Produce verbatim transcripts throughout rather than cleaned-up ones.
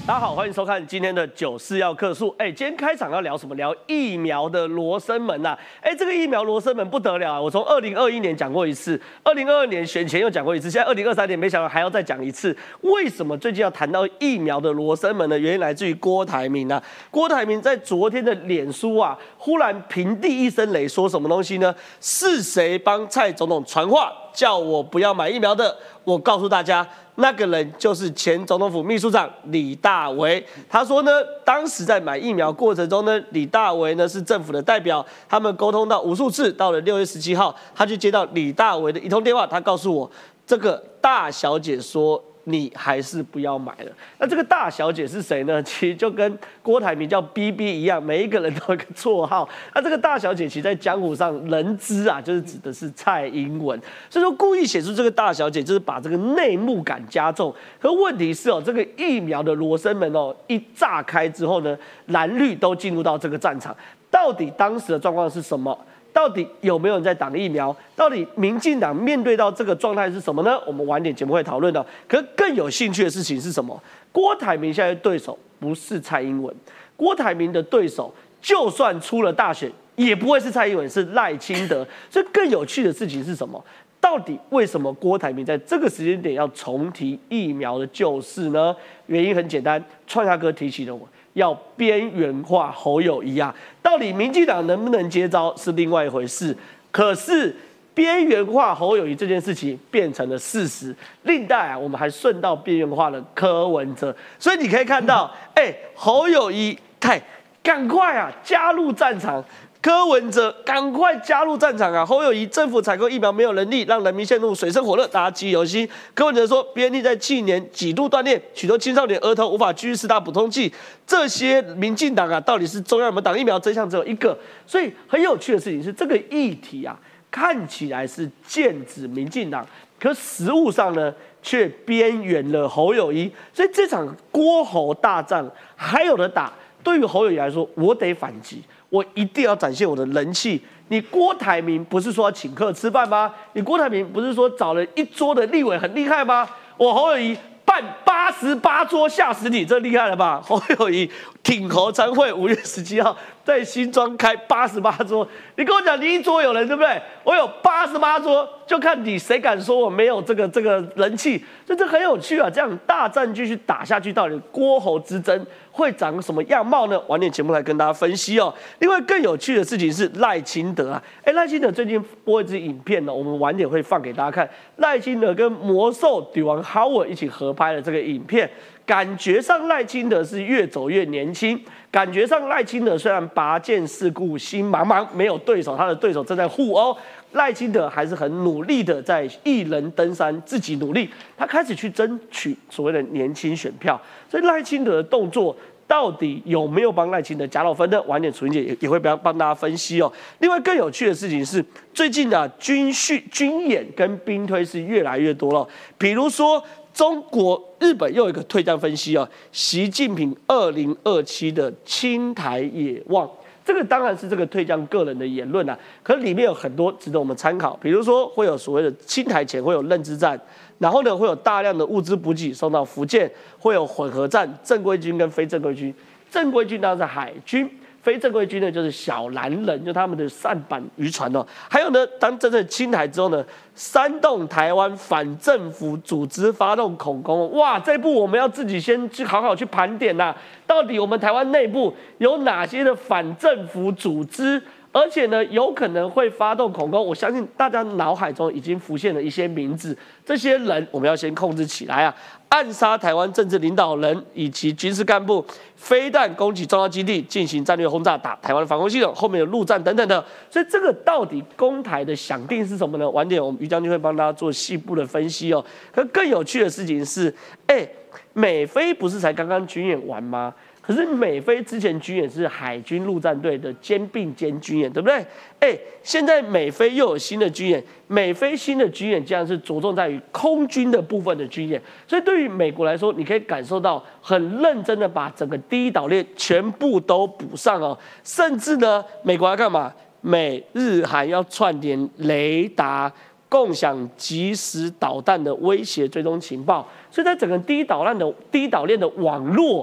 大家好，欢迎收看今天的九四要客诉。哎，今天开场要聊什么？聊疫苗的罗生门呐、啊。哎，这个疫苗罗生门不得了啊！我从二零二一年讲过一次，二零二二年选前又讲过一次，现在二零二三年没想到还要再讲一次。为什么最近要谈到疫苗的罗生门呢？原因来自于郭台铭啊。郭台铭在昨天的脸书啊，忽然平地一声雷，说什么东西呢？是谁帮蔡总统传话，叫我不要买疫苗的？我告诉大家。那个人就是前总统府秘书长李大为。他说呢，当时在买疫苗过程中呢，李大为呢是政府的代表，他们沟通到无数次。到了六月十七号，他就接到李大为的一通电话，他告诉我，这个大小姐说。你还是不要买了。那这个大小姐是谁呢？其实就跟郭台铭叫 B B 一样，每一个人都有一个绰号。那这个大小姐其实在江湖上人知啊，就是指的是蔡英文。所以说故意写出这个大小姐，就是把这个内幕感加重。可问题是哦，这个疫苗的罗生门哦一炸开之后呢，蓝绿都进入到这个战场。到底当时的状况是什么？到底有没有人在打疫苗？到底民进党面对到这个状态是什么呢？我们晚点节目会讨论的。可是更有兴趣的事情是什么？郭台铭现在的对手不是蔡英文，郭台铭的对手就算出了大选，也不会是蔡英文，是赖清德。所以更有趣的事情是什么？到底为什么郭台铭在这个时间点要重提疫苗的救市呢？原因很简单，创下哥提起了我。要边缘化侯友宜啊，到底民进党能不能接招是另外一回事。可是边缘化侯友宜这件事情变成了事实。另外啊，我们还顺道边缘化了柯文哲，所以你可以看到，哎、欸，侯友宜，太赶快啊，加入战场。柯文哲赶快加入战场啊！侯友宜政府采购疫苗没有能力，让人民陷入水深火热，大家记忆犹新。柯文哲说 ，B N T 在去年几度断裂，许多青少年儿童无法继续施打补充剂。这些民进党啊，到底是中央有没有挡疫苗？真相只有一个。所以很有趣的事情是，这个议题啊，看起来是剑指民进党，可实务上呢，却边缘了侯友宜。所以这场郭侯大战还有的打。对于侯友宜来说，我得反击。我一定要展现我的人气。你郭台铭不是说要请客吃饭吗？你郭台铭不是说找了一桌的立委很厉害吗？我侯友宜办八十八桌吓死你，这厉害了吧？侯友宜挺侯参会五月十七号在新庄开八十八桌，你跟我讲你一桌有人对不对？我有八十八桌，就看你谁敢说我没有这个这个人气，所以这很有趣啊！这样大战继续打下去，到底郭侯之争会长什么样貌呢？晚点节目来跟大家分析哦。另外更有趣的事情是赖清德啊，哎，赖清德最近播一支影片呢，我们晚点会放给大家看。赖清德跟魔兽女王 Howard 一起合拍的这个影片，感觉上赖清德是越走越年轻，感觉上赖清德虽然拔剑四顾心茫茫，没有对手，他的对手正在互殴。赖清德还是很努力的在一人登山，自己努力，他开始去争取所谓的年轻选票。所以赖清德的动作到底有没有帮赖清德加到分呢？晚点楚英姐也也会帮帮大家分析哦。另外更有趣的事情是，最近的、啊、军训、军演跟兵推是越来越多了。比如说，中国、日本又有一个退将分析哦，习近平二零二七的亲台野望。这个当然是这个退将个人的言论啊，可是里面有很多值得我们参考，比如说会有所谓的亲台前会有认知战，然后呢会有大量的物资补给送到福建，会有混合战，正规军跟非正规军，正规军当然是海军。非正规军呢，就是小蓝人，就他们的舢板渔船哦。还有呢，当真正侵台之后呢，煽动台湾反政府组织发动恐攻，哇！这一步我们要自己先去好好去盘点呐、啊，到底我们台湾内部有哪些的反政府组织？而且呢，有可能会发动恐攻。我相信大家脑海中已经浮现了一些名字，这些人我们要先控制起来啊！暗杀台湾政治领导人以及军事干部，飞弹攻击重要基地，进行战略轰炸，打台湾的防空系统，后面有陆战等等的。所以这个到底攻台的想定是什么呢？晚点我们于将军会帮大家做细部的分析哦。可更有趣的事情是，哎，美菲不是才刚刚军演完吗？可是美菲之前军演是海军陆战队的肩并肩军演，对不对？哎，现在美菲又有新的军演，美菲新的军演竟然是着重在于空军的部分的军演，所以对于美国来说，你可以感受到很认真的把整个第一岛链全部都补上哦，甚至呢，美国要干嘛？美日韩要串联雷达。共享即时导弹的威胁追踪情报，所以在整个第一岛链的第一岛链的网络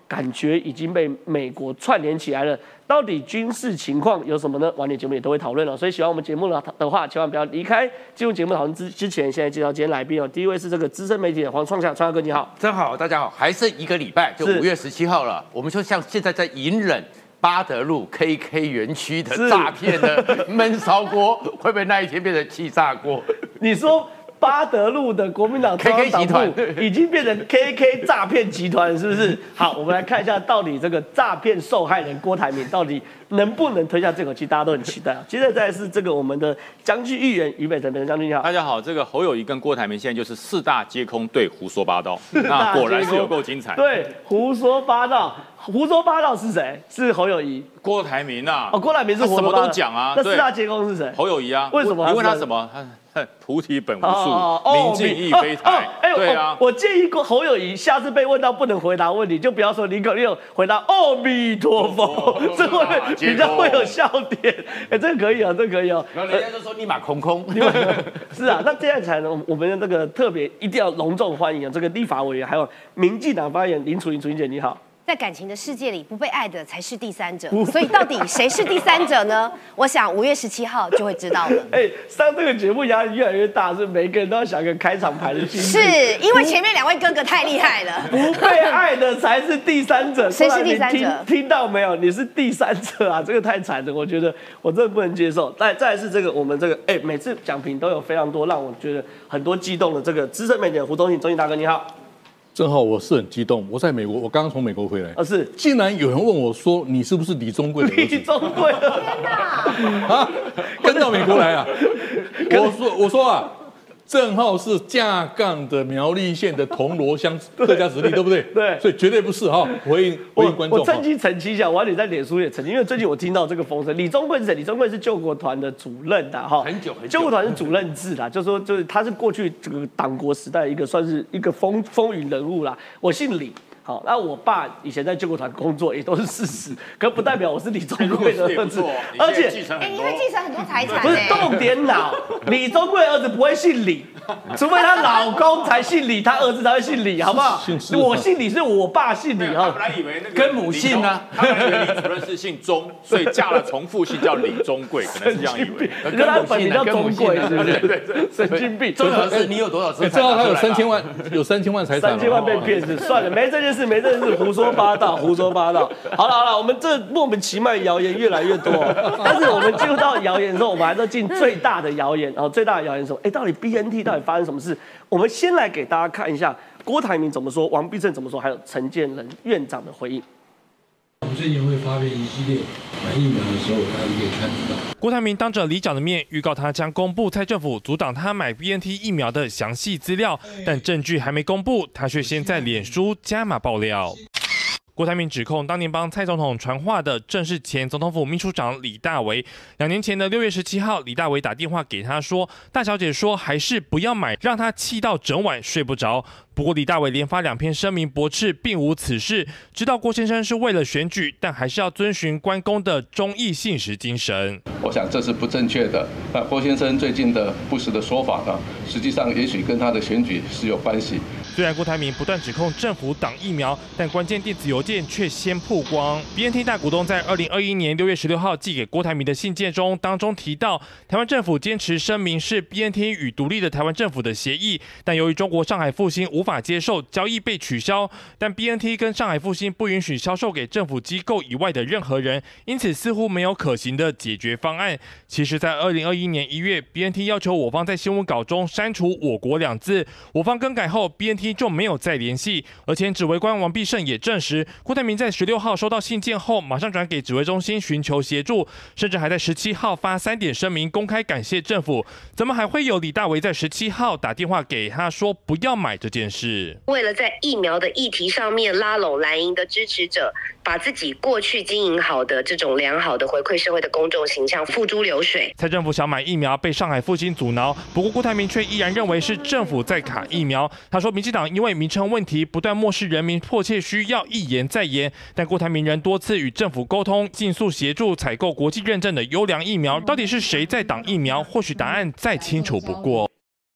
感觉已经被美国串联起来了。到底军事情况有什么呢？晚点节目也都会讨论哦。所以喜欢我们节目的话，千万不要离开。进入节目讨论之之前，现在介绍今天来宾哦。第一位是这个资深媒体的黄创夏，创夏哥你好， 真好，大家好，还剩一个礼拜就五月十七号了，我们就像现在在隐忍巴德路 K K 园区的诈骗的闷烧锅，会不会那一天变成气炸锅？ 你说？巴德路的国民党 K K 集团已经变成 K K 诈骗集团，是不是？好，我们来看一下，到底这个诈骗受害人郭台铭到底能不能吞下这口气？大家都很期待啊。接着再来是这个我们的将军议员于北辰，北辰将军你好， 大家好。这个侯友宜跟郭台铭现在就是四大皆空对胡说八道，那果然是有够精彩。 对，胡说八道，胡说八道是谁？是侯友宜。 郭台铭啊， 哦，郭台铭是胡说八道， 什么都讲啊。 那四大皆空是谁？ 侯友宜啊。 为什么？ 你问他什么？他菩提本无树，明镜亦非台。 哎， 对啊， 我建议侯友宜下次被问到不能回答问题，就不要说林可六回答阿弥陀佛，这会比较会有笑点。哎，这个可以啊，这个可以哦。 然后人家就说立马空空。 是啊，那这样才能我们的这个特别一定要隆重欢迎这个立法委员，还有民进党发言人林楚茵，楚茵姐你好。 在感情的世界里，不被爱的才是第三者。所以到底谁是第三者呢？我想五月十七号就会知道了。 哎，上这个节目压力越来越大，是每个人都要想个开场牌的心情。 是因为前面两位哥哥太厉害了。 不被爱的才是第三者。 谁是第三者？ 听, 听到没有？你是第三者啊！这个太惨了，我觉得我真的不能接受。再再来是这个我们这个哎，每次讲评都有非常多让我觉得很多激动的这个资深媒体人胡宗信，宗信大哥你好。 正好我是很激动，我在美国，我刚刚从美国回来。 啊，是， 竟然有人问我说：“你是不是李宗贵的儿子？” 李宗贵， 天哪！ 啊，跟到美国来啊！我说，我说啊，正好是架杠的苗栗县的铜锣乡客家子弟，对不对？ 对， 所以绝对不是哈。回应回应观众。 我趁机澄清一下，我要你在脸书也澄清，因为最近我听到这个风声，李宗贵是谁？李宗贵是救国团的主任的哈， 很久很久。 救国团是主任制啦，就说就是他是过去这个党国时代一个算是一个风风云人物啦。我姓李。好，那我爸以前在救国团工作，也都是事实，可不代表我是李宗贵的儿子。 而且， 哎，你会继承很多财产。 不是重点脑，李宗贵儿子不会姓李，除非她老公才姓李，她儿子才会姓李，好不好？我姓李是我爸姓李哈。 本来以为那个跟母姓呢， 他们以为李主任是姓钟，所以嫁了重复姓叫李宗贵，可能是这样以为。 跟他本名叫钟贵，是不是？对对，神经病。 重要是你有多少资产？ 正好他有三千万，有三千万财产。 三千万被骗是算了，没这件事，没这件事，胡说八道，胡说八道。好了好了，我们这莫名其妙谣言越来越多，但是我们进入到谣言的时候，我们还是进最大的谣言。然后最大的谣言是什么？哎，到底 B N T 到底发生什么事？我们先来给大家看一下郭台铭怎么说，王必胜怎么说，还有陈建仁院长的回应。 我们最近会发片一系列买疫苗的时候，大家可以看得到。 郭台铭当着里长的面预告，他将公布蔡政府阻挡他买 B N T 疫苗的详细资料，但证据还没公布，他却先在脸书加码爆料。郭台铭指控，当年帮蔡总统传话的正是前总统府秘书长李大为。两年前的六月十七号，李大为打电话给他说：“大小姐说还是不要买，让他气到整晚睡不着。”不过李大为连发两篇声明驳斥，并无此事。知道郭先生是为了选举，但还是要遵循关公的忠义信实精神。 我想这是不正确的。那郭先生最近的不实的说法呢，实际上也许跟他的选举是有关系。 虽然郭台铭不断指控政府挡疫苗，但关键电子邮件却先曝光。B N T 大股东在二零二一年六月十六号寄给郭台铭的信件中，当中提到，台湾政府坚持声明是 B N T 与独立的台湾政府的协议，但由于中国上海复兴无法接受，交易被取消。但 B N T 跟上海复兴不允许销售给政府机构以外的任何人，因此似乎没有可行的解决方案。其实，在二零二一年一月 ，B N T 要求我方在新闻稿中删除“我国”两字，我方更改后 ，B N T 就没有再联系。而前指挥官王必胜也证实，郭台铭在十六号收到信件后，马上转给指挥中心寻求协助，甚至还在十七号发三点声明，公开感谢政府。怎么还会有李大为在十七号打电话给他说不要买这件事？ 为了在疫苗的议题上面拉拢蓝营的支持者，把自己过去经营好的这种良好的回馈社会的公众形象付诸流水。 蔡政府想买疫苗被上海复兴阻挠，不过郭台铭却依然认为是政府在卡疫苗。他说，民进党因为名称问题不断漠视人民迫切需要，一言再言。但郭台铭仍多次与政府沟通，尽速协助采购国际认证的优良疫苗。到底是谁在挡疫苗？或许答案再清楚不过。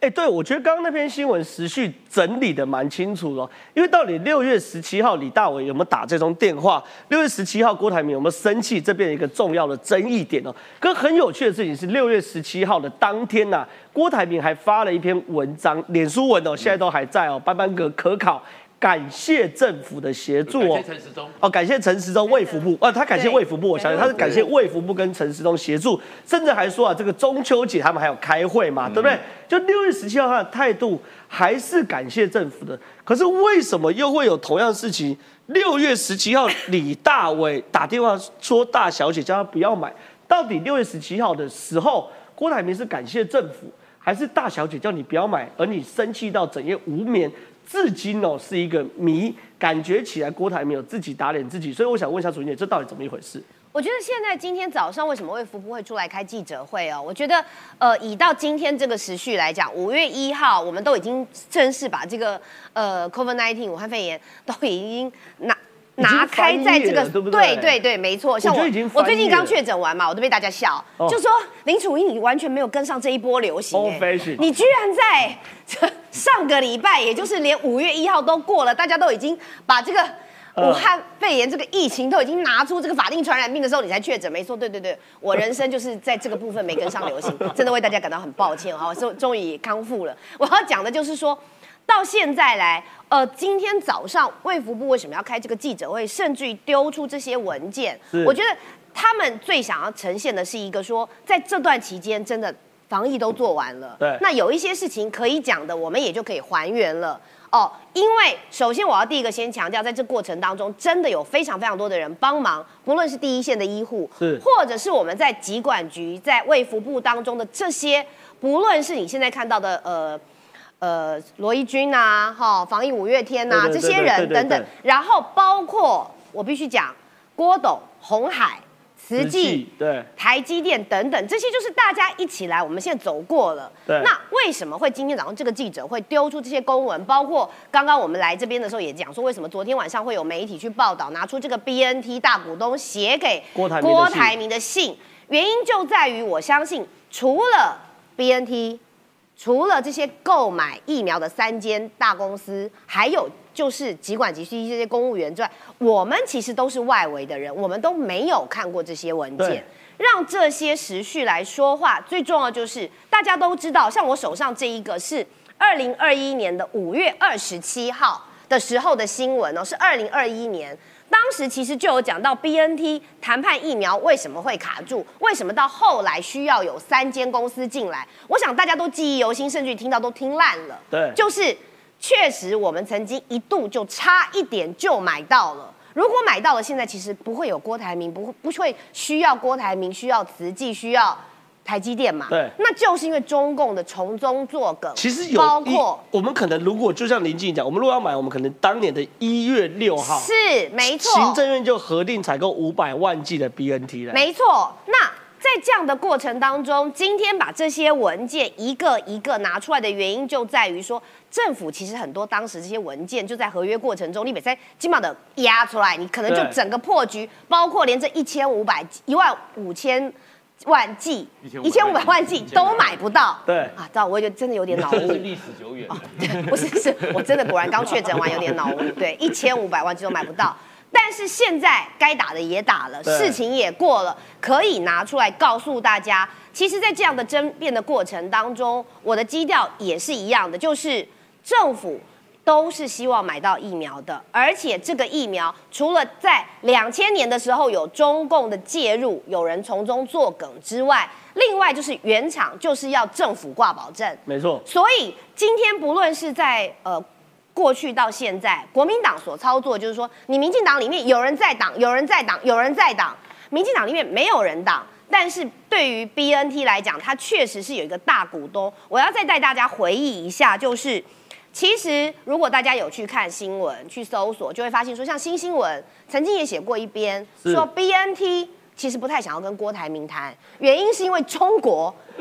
哎，对，我觉得刚刚那篇新闻时序整理的蛮清楚的，因为到底六月十七号李大为有没有打这通电话，六月十七号郭台铭有没有生气，这边一个重要的争议点哦。可很有趣的事情是，六月十七号的当天呐、啊，郭台铭还发了一篇文章，脸书文哦，现在都还在哦，班班格可考。感谢政府的协助哦， 感谢陈时中哦，感谢陈时中卫福部，啊，他感谢卫福部，我相信他是感谢卫福部跟陈时中协助，甚至还说啊，这个中秋节他们还有开会嘛，对不对？就六月十七号他的态度还是感谢政府的，可是为什么又会有同样的事情？六月十七号李大为打电话说大小姐叫他不要买，到底六月十七号的时候，郭台铭是感谢政府，还是大小姐叫你不要买，而你生气到整夜无眠？至今哦是一个谜，感觉起来郭台铭有自己打脸自己，所以我想问一下主姐，这到底怎么一回事？ 我觉得现在今天早上为什么卫福部会出来开记者会哦？我觉得呃，以到今天这个时序来讲，五月一号我们都已经正式把这个呃 COVID 十九 武汉肺炎都已经拿。拿开在这个， 对不对？ 对对对，没错。像我，我, 我最近刚确诊完嘛，我都被大家笑，哦、就说林楚茵你完全没有跟上这一波流行、欸，你居然在上个礼拜，也就是连五月一号都过了，大家都已经把这个武汉肺炎这个疫情都已经拿出这个法定传染病的时候，你才确诊，没错，对对对，我人生就是在这个部分没跟上流行，真的为大家感到很抱歉啊，我终终于康复了。我要讲的就是说。到现在来，呃，今天早上卫福部为什么要开这个记者会，甚至于丢出这些文件？我觉得他们最想要呈现的是一个说，在这段期间真的防疫都做完了， 对， 那有一些事情可以讲的，我们也就可以还原了。哦，因为首先我要第一个先强调，在这过程当中，真的有非常非常多的人帮忙，不论是第一线的医护， 是， 或者是我们在疾管局、在卫福部当中的这些，不论是你现在看到的，呃。呃，罗一军呐，哈，防疫五月天呐、啊，这些人等等，然后包括我必须讲，郭董、鸿海、慈济、 对， 台积电等等，这些就是大家一起来，我们现在走过了。 对， 那为什么会今天早上这个记者会丢出这些公文？包括刚刚我们来这边的时候也讲说，为什么昨天晚上会有媒体去报道，拿出这个 B N T 大股东写给郭台铭的信？原因就在于，我相信除了 B N T。除了这些购买疫苗的三间大公司，还有就是疾管局 C D C 这些公务员之外，我们其实都是外围的人，我们都没有看过这些文件，让这些时序来说话。最重要就是大家都知道，像我手上这一个是二零二一年的五月二十七号的时候的新闻哦，是二零二一年。当时其实就有讲到 B N T 谈判疫苗为什么会卡住，为什么到后来需要有三间公司进来？我想大家都记忆犹新，甚至听到都听烂了。 对， 就是确实我们曾经一度就差一点就买到了。如果买到了，现在其实不会有郭台铭，不不会需要郭台铭，需要慈济，需要台积电嘛？ 对， 那就是因为中共的从中作梗。 其实有包括我们可能如果就像林静讲，我们如果要买，我们可能当年的一月六号是没错， 行政院就核定采购五百万剂的 B N T 了。 没错，那在这样的过程当中，今天把这些文件一个一个拿出来的原因，就在于说，政府其实很多当时这些文件就在合约过程中，你每在基本的压出来，你可能就整个破局，包括连这一千五百一万五千。万剂一千五百万剂都买不到， 对啊，知道我就真的有点脑雾， 是历史久远、哦， 不是是，我真的果然刚确诊完有点脑雾，对，一千五百万剂都买不到，但是现在该打的也打了，事情也过了，可以拿出来告诉大家，其实，在这样的争辩的过程当中，我的基调也是一样的，就是政府。都是希望买到疫苗的，而且这个疫苗除了在两千年的时候有中共的介入，有人从中作梗之外，另外就是原厂就是要政府挂保证， 没错。 所以今天不论是在呃过去到现在，国民党所操作就是说，你民进党里面有人在挡，有人在挡，有人在挡，民进党里面没有人挡。但是对于 B N T 来讲，它确实是有一个大股东。我要再带大家回忆一下，就是。其实，如果大家有去看新闻、去搜索，就会发现说，像新新闻曾经也写过一篇，说 B N T 其实不太想要跟郭台铭谈，原因是因为中国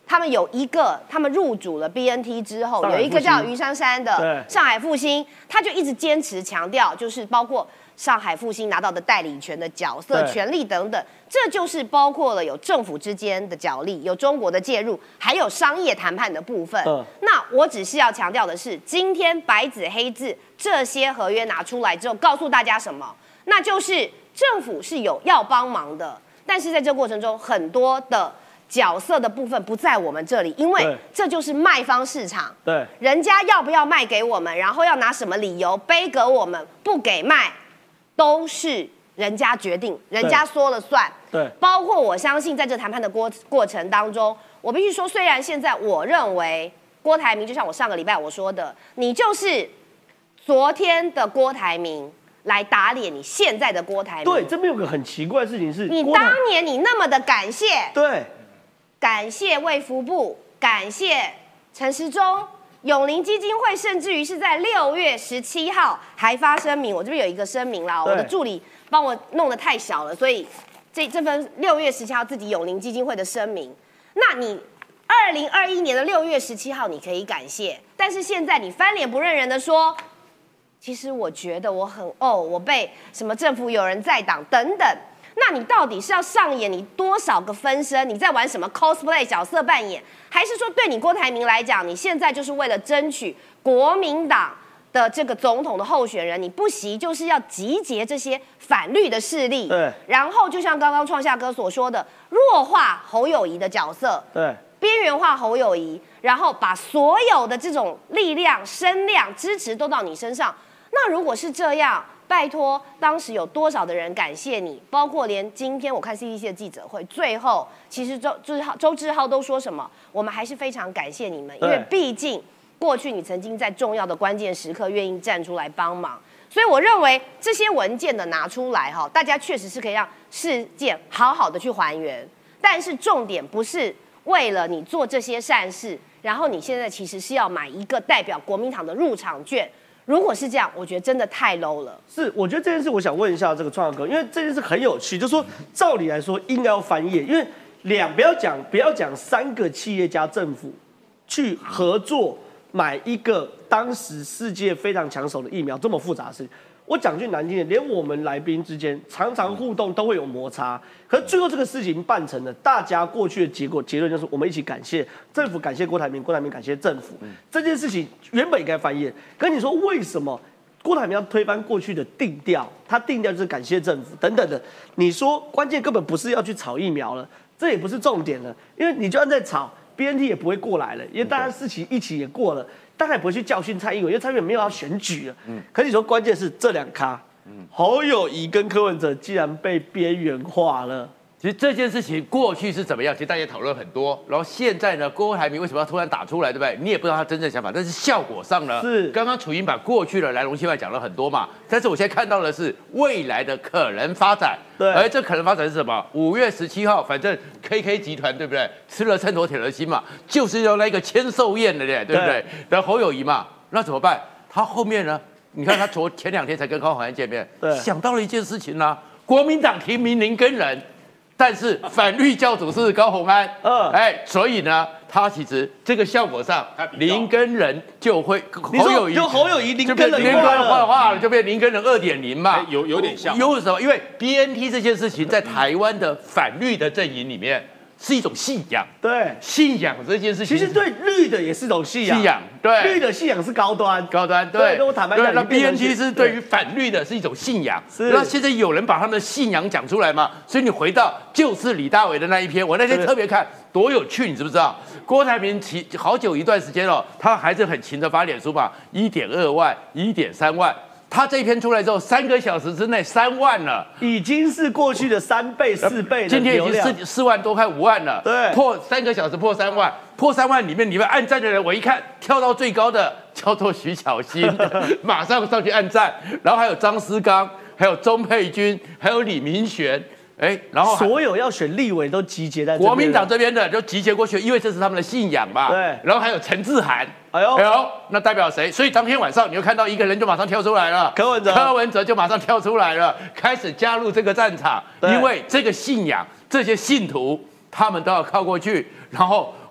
他们有一个，他们入主了 B N T 之后，有一个叫余珊珊的上海复兴，他就一直坚持强调，就是包括上海复兴拿到的代理权的角色、权利等等，这就是包括了有政府之间的角力，有中国的介入，还有商业谈判的部分。嗯、那我只是要强调的是，今天白纸黑字这些合约拿出来之后，告诉大家什么？那就是政府是有要帮忙的，但是在这过程中，很多的角色的部分不在我们这里，因为这就是卖方市场。对，人家要不要卖给我们，然后要拿什么理由背给我们不给卖，都是人家决定，人家说了算。对，包括我相信在这谈判的过过程当中，我必须说，虽然现在我认为郭台铭，就像我上个礼拜我说的，你就是昨天的郭台铭。来打脸你现在的郭台铭。 对，这边有个很奇怪的事情是， 你当年你那么的感谢， 对， 感谢卫福部，感谢陈时中，永龄基金会，甚至于是在六月十七号还发声明，我这边有一个声明啦，我的助理帮我弄得太小了，所以这这份六月十七号自己永龄基金会的声明，那你二零二一年的六月十七号你可以感谢，但是现在你翻脸不认人的说。其实我觉得我很哦，我被什么政府有人在挡等等，那你到底是要上演你多少个分身？你在玩什么 cosplay 角色扮演？还是说对你郭台铭来讲，你现在就是为了争取国民党的这个总统的候选人，你不惜就是要集结这些反绿的势力，对，然后就像刚刚创夏哥所说的，弱化侯友宜的角色，对。边缘化侯友宜，然后把所有的这种力量、声量、支持都到你身上。那如果是这样，拜托，当时有多少的人感谢你？包括连今天我看 C D C 的记者会，最后其实周志浩、周志浩都说什么？我们还是非常感谢你们，因为毕竟过去你曾经在重要的关键时刻愿意站出来帮忙。所以我认为这些文件的拿出来哈，大家确实是可以让事件好好的去还原，但是重点不是。为了你做这些善事，然后你现在其实是要买一个代表国民党的入场券。如果是这样，我觉得真的太 low 了。 是，我觉得这件事我想问一下这个创哥，因为这件事很有趣，就是说照理来说应该要翻页，因为两不要讲不要讲三个企业家政府去合作买一个当时世界非常抢手的疫苗，这么复杂的事情。我讲句难听点，连我们来宾之间常常互动都会有摩擦，可是最后这个事情办成了，大家过去的结果结论就是我们一起感谢政府，感谢郭台铭，郭台铭感谢政府。嗯、这件事情原本应该翻页，可是你说为什么郭台铭要推翻过去的定调？他定调就是感谢政府等等的。你说关键根本不是要去炒疫苗了，这也不是重点了，因为你就算在炒 B N T 也不会过来了，因为大家事情一起也过了。大概不会去教训蔡英文，因为蔡英文没有要选举了。嗯，可是你说关键是这两咖，嗯，侯友宜跟柯文哲竟然被边缘化了。 其实这件事情过去是怎么样？其实大家讨论很多。然后现在呢，郭台铭为什么要突然打出来，对不对？你也不知道他真正想法，但是效果上呢，是刚刚楚英把过去的来龙去脉讲了很多嘛。但是我现在看到的是未来的可能发展。对，而这可能发展是什么？五月十七号，反正 K K 集团对不对？吃了秤砣铁了心嘛，就是要那个签售宴的嘞，对不对？然后侯友宜嘛，那怎么办？他后面呢？你看他昨前两天才跟高虹安见面，对，想到了一件事情啦、啊，国民党提名林耕仁。但是反绿教主是高虹安，嗯，哎，所以呢，他其实这个效果上，林耕仁就会侯友宜， 就侯友宜林耕仁化化了，就变林耕仁二点零嘛， 有有点像， 有什么？因为 B N T 这件事情在台湾的反绿的阵营里面。是一种信仰， 对信仰这件事情， 其实对绿的也是一种信仰， 信仰对绿的信仰是高端， 高端对。 对，我坦白讲， 那 B N T 是对于反绿的是一种信仰，那现在有人把他们的信仰讲出来嘛？所以你回到就是李大为的那一篇，我那天特别看，多有趣，你知不知道？郭台铭其好久一段时间哦，他还是很勤的发脸书嘛，一点二万，一点三万。他这一篇出来之后，三个小时之内三万了， 已经是过去的三倍、四倍的今天已经四四万多，快五万了。对，破三个小时破三万，破三万里面，你们按赞的人，我一看跳到最高的叫做徐巧芯，马上上去按赞，然后还有张思刚，还有钟佩君，还有李明玄。哎，然后所有要选立委都集结在这边国民党这边的就集结过去，因为这是他们的信仰嘛。对，然后还有陈志涵，哎呦，哎呦，那代表谁？所以当天晚上你就看到一个人就马上跳出来了， 柯文哲， 柯文哲就马上跳出来了，开始加入这个战场，因为这个信仰，这些信徒他们都要靠过去，然后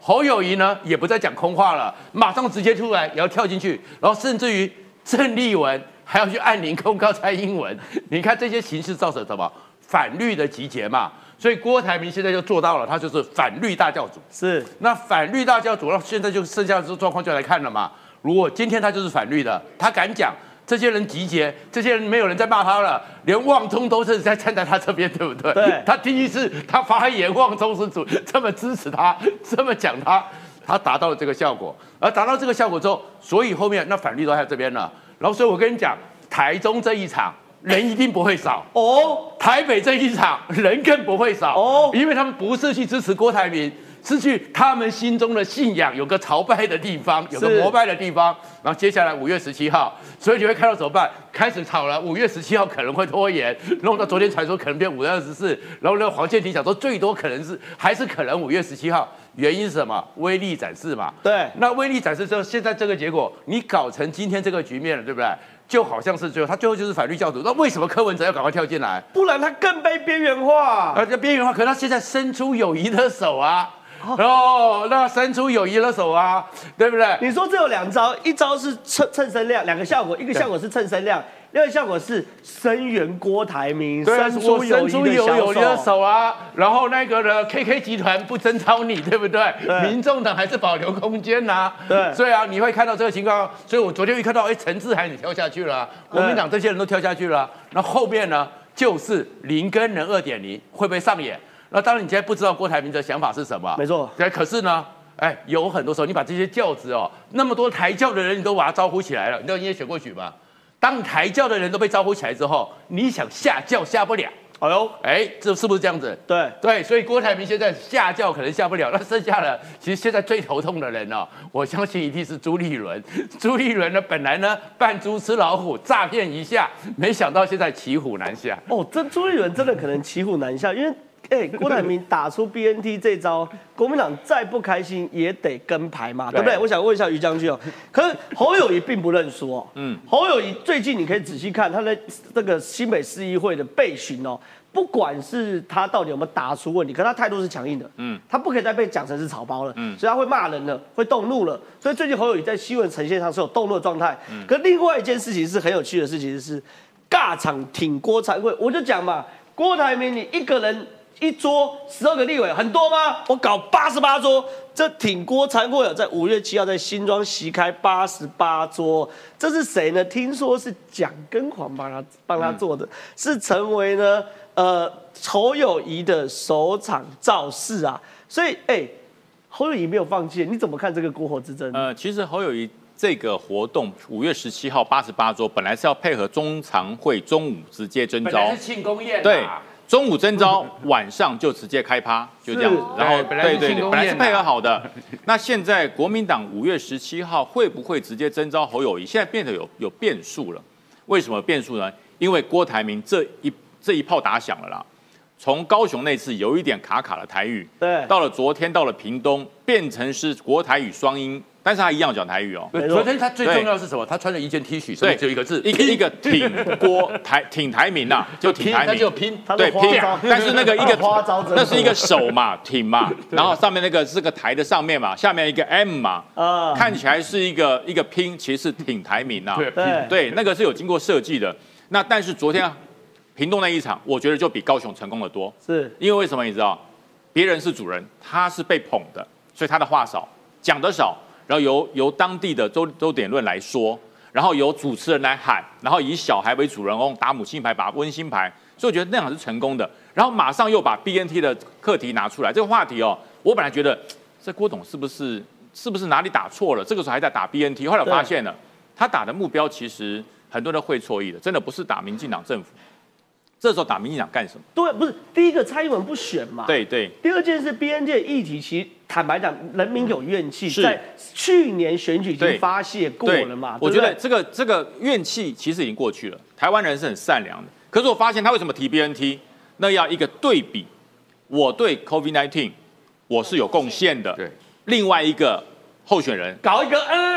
侯友宜呢也不再讲空话了，马上直接出来也要跳进去，然后甚至于郑丽文还要去按铃控告蔡英文。你看这些形式造成什么？反绿的集结嘛。所以郭台铭现在就做到了，他就是反绿大教主。 是， 那反绿大教主，那现在就剩下的状况就来看了嘛。如果今天他就是反绿的，他敢讲，这些人集结，这些人没有人在骂他了，连旺中都是在站在他这边，对不对？ 对。 他第一次他发言，旺中是主这么支持他，这么讲他，他达到了这个效果。而达到这个效果之后，所以后面那反绿都在这边了。然后，所以我跟你讲，台中这一场。人一定不会少哦，台北这一场人更不会少哦，因为他们不是去支持郭台铭，是去他们心中的信仰有个朝拜的地方，有个膜拜的地方。然后接下来五月十七号，所以你会看到怎么办？开始吵了，五月十七号可能会拖延，弄到昨天传说可能变五月二十四，然后呢，黄健庭讲说最多可能是还是可能五月十七号，原因是什么？威力展示嘛。 对， 那威力展示之后，现在这个结果，你搞成今天这个局面了，对不对？就好像是最后，他最后就是反绿教徒。那为什么柯文哲要赶快跳进来？ 不然他更被边缘化。 而且边缘化，可是他现在伸出友谊的手啊，哦，那伸出友谊的手啊，对不对？ 你说这有两招，一招是蹭蹭声量，两个效果，一个效果是蹭声量，另外一个效果是声援郭台铭，伸出友谊的手啊。然后那个呢 ，K K 集团不征召你，对不对？对，民众党还是保留空间呐、啊。对，所以啊，你会看到这个情况。所以我昨天一看到，哎，陈志涵你跳下去了、啊，国民党这些人都跳下去了、啊。那后面呢，就是林耕仁 二点零 会不会上演？那当然，你现在不知道郭台铭的想法是什么。 没错。 对，可是呢，哎，有很多时候你把这些教子哦，那么多抬轿的人，你都把他招呼起来了，你知道你也选过举吗？当抬轿的人都被招呼起来之后，你想下轿下不了。 哎呦， 哎，这是不是这样子？ 对对，所以郭台铭现在下轿可能下不了，那剩下的其实现在最头痛的人哦，我相信一定是朱立伦。朱立伦呢，本来呢扮猪吃老虎，诈骗一下，没想到现在骑虎难下。 哦，这朱立伦真的可能骑虎难下，因为。哎、欸，郭台铭打出 B N T 这招，国民党再不开心也得跟牌嘛，对不对？我想问一下于将军哦，可是侯友宜并不认输哦。嗯，侯友宜最近你可以仔细看他的这个新北市议会的备询哦，不管是他到底有没有答出问题，可是他态度是强硬的。嗯，他不可以再被讲成是草包了。嗯，所以他会骂人了，会动怒了。所以最近侯友宜在新闻呈现上是有动怒的状态。嗯，可是另外一件事情是很有趣的事情是，尬场挺郭参会，我就讲嘛，郭台铭你一个人。一桌十二个立委很多吗？我搞八十八桌，这挺郭参会有在五月七号在新庄席开八十八桌，这是谁呢？听说是蒋根煌帮他帮他做的，嗯、是成为呢呃侯友宜的首场造势啊。所以哎、欸，侯友宜没有放弃，你怎么看这个国火之争？ 呃，其实侯友宜这个活动五月十七号八十八桌，本来是要配合中常会中午直接征召， 本来是庆功宴、啊， 对。中午征召，晚上就直接开趴，就这样子。然后，对对对，本来是配合好的。那现在国民党五月十七号会不会直接征召侯友宜？现在变得有有变数了。为什么变数呢？因为郭台铭这一这一炮打响了啦。从高雄那次有一点卡卡的台语， 对， 到了昨天到了屏东，变成是国台语双音。但是他一样讲台语哦。 昨天他最重要的是什么？他穿了一件 T 恤，上面只有一个字， 一个一个挺郭台挺台铭呐，就挺台铭， 他就拼， 对拼。但是那个一个花招， 那是一个手嘛，挺嘛，然后上面那个是个台的上面嘛，下面一个 M 嘛，啊，看起来是一个一个拼，其实是挺台铭呐， 对对，那个是有经过设计的。那但是昨天屏东那一场，我觉得就比高雄成功的多， 是因为为什么你知道？别人是主人，他是被捧的，所以他的话少，讲得少。然后由由当地的周周点论来说，然后由主持人来喊，然后以小孩为主人公，打母亲牌，把温馨牌，所以我觉得那样是成功的。然后马上又把 B N T 的课题拿出来，这个话题哦，我本来觉得这郭董是不是是不是哪里打错了？这个时候还在打 B N T， 后来我发现了，他打的目标其实很多人会错意的，真的不是打民进党政府。这时候打民进党干什么？ 对，不是第一个蔡英文不选嘛？ 对对。 第二件事 B N T 的议题，其实坦白讲，人民有怨气，在去年选举已经发泄过了嘛。 我觉得这个这个怨气其实已经过去了。台湾人是很善良的，可是我发现他为什么提 B N T？ 那要一个对比，我对 COVID 十九 我是有贡献的。对。另外一个候选人搞一个，嗯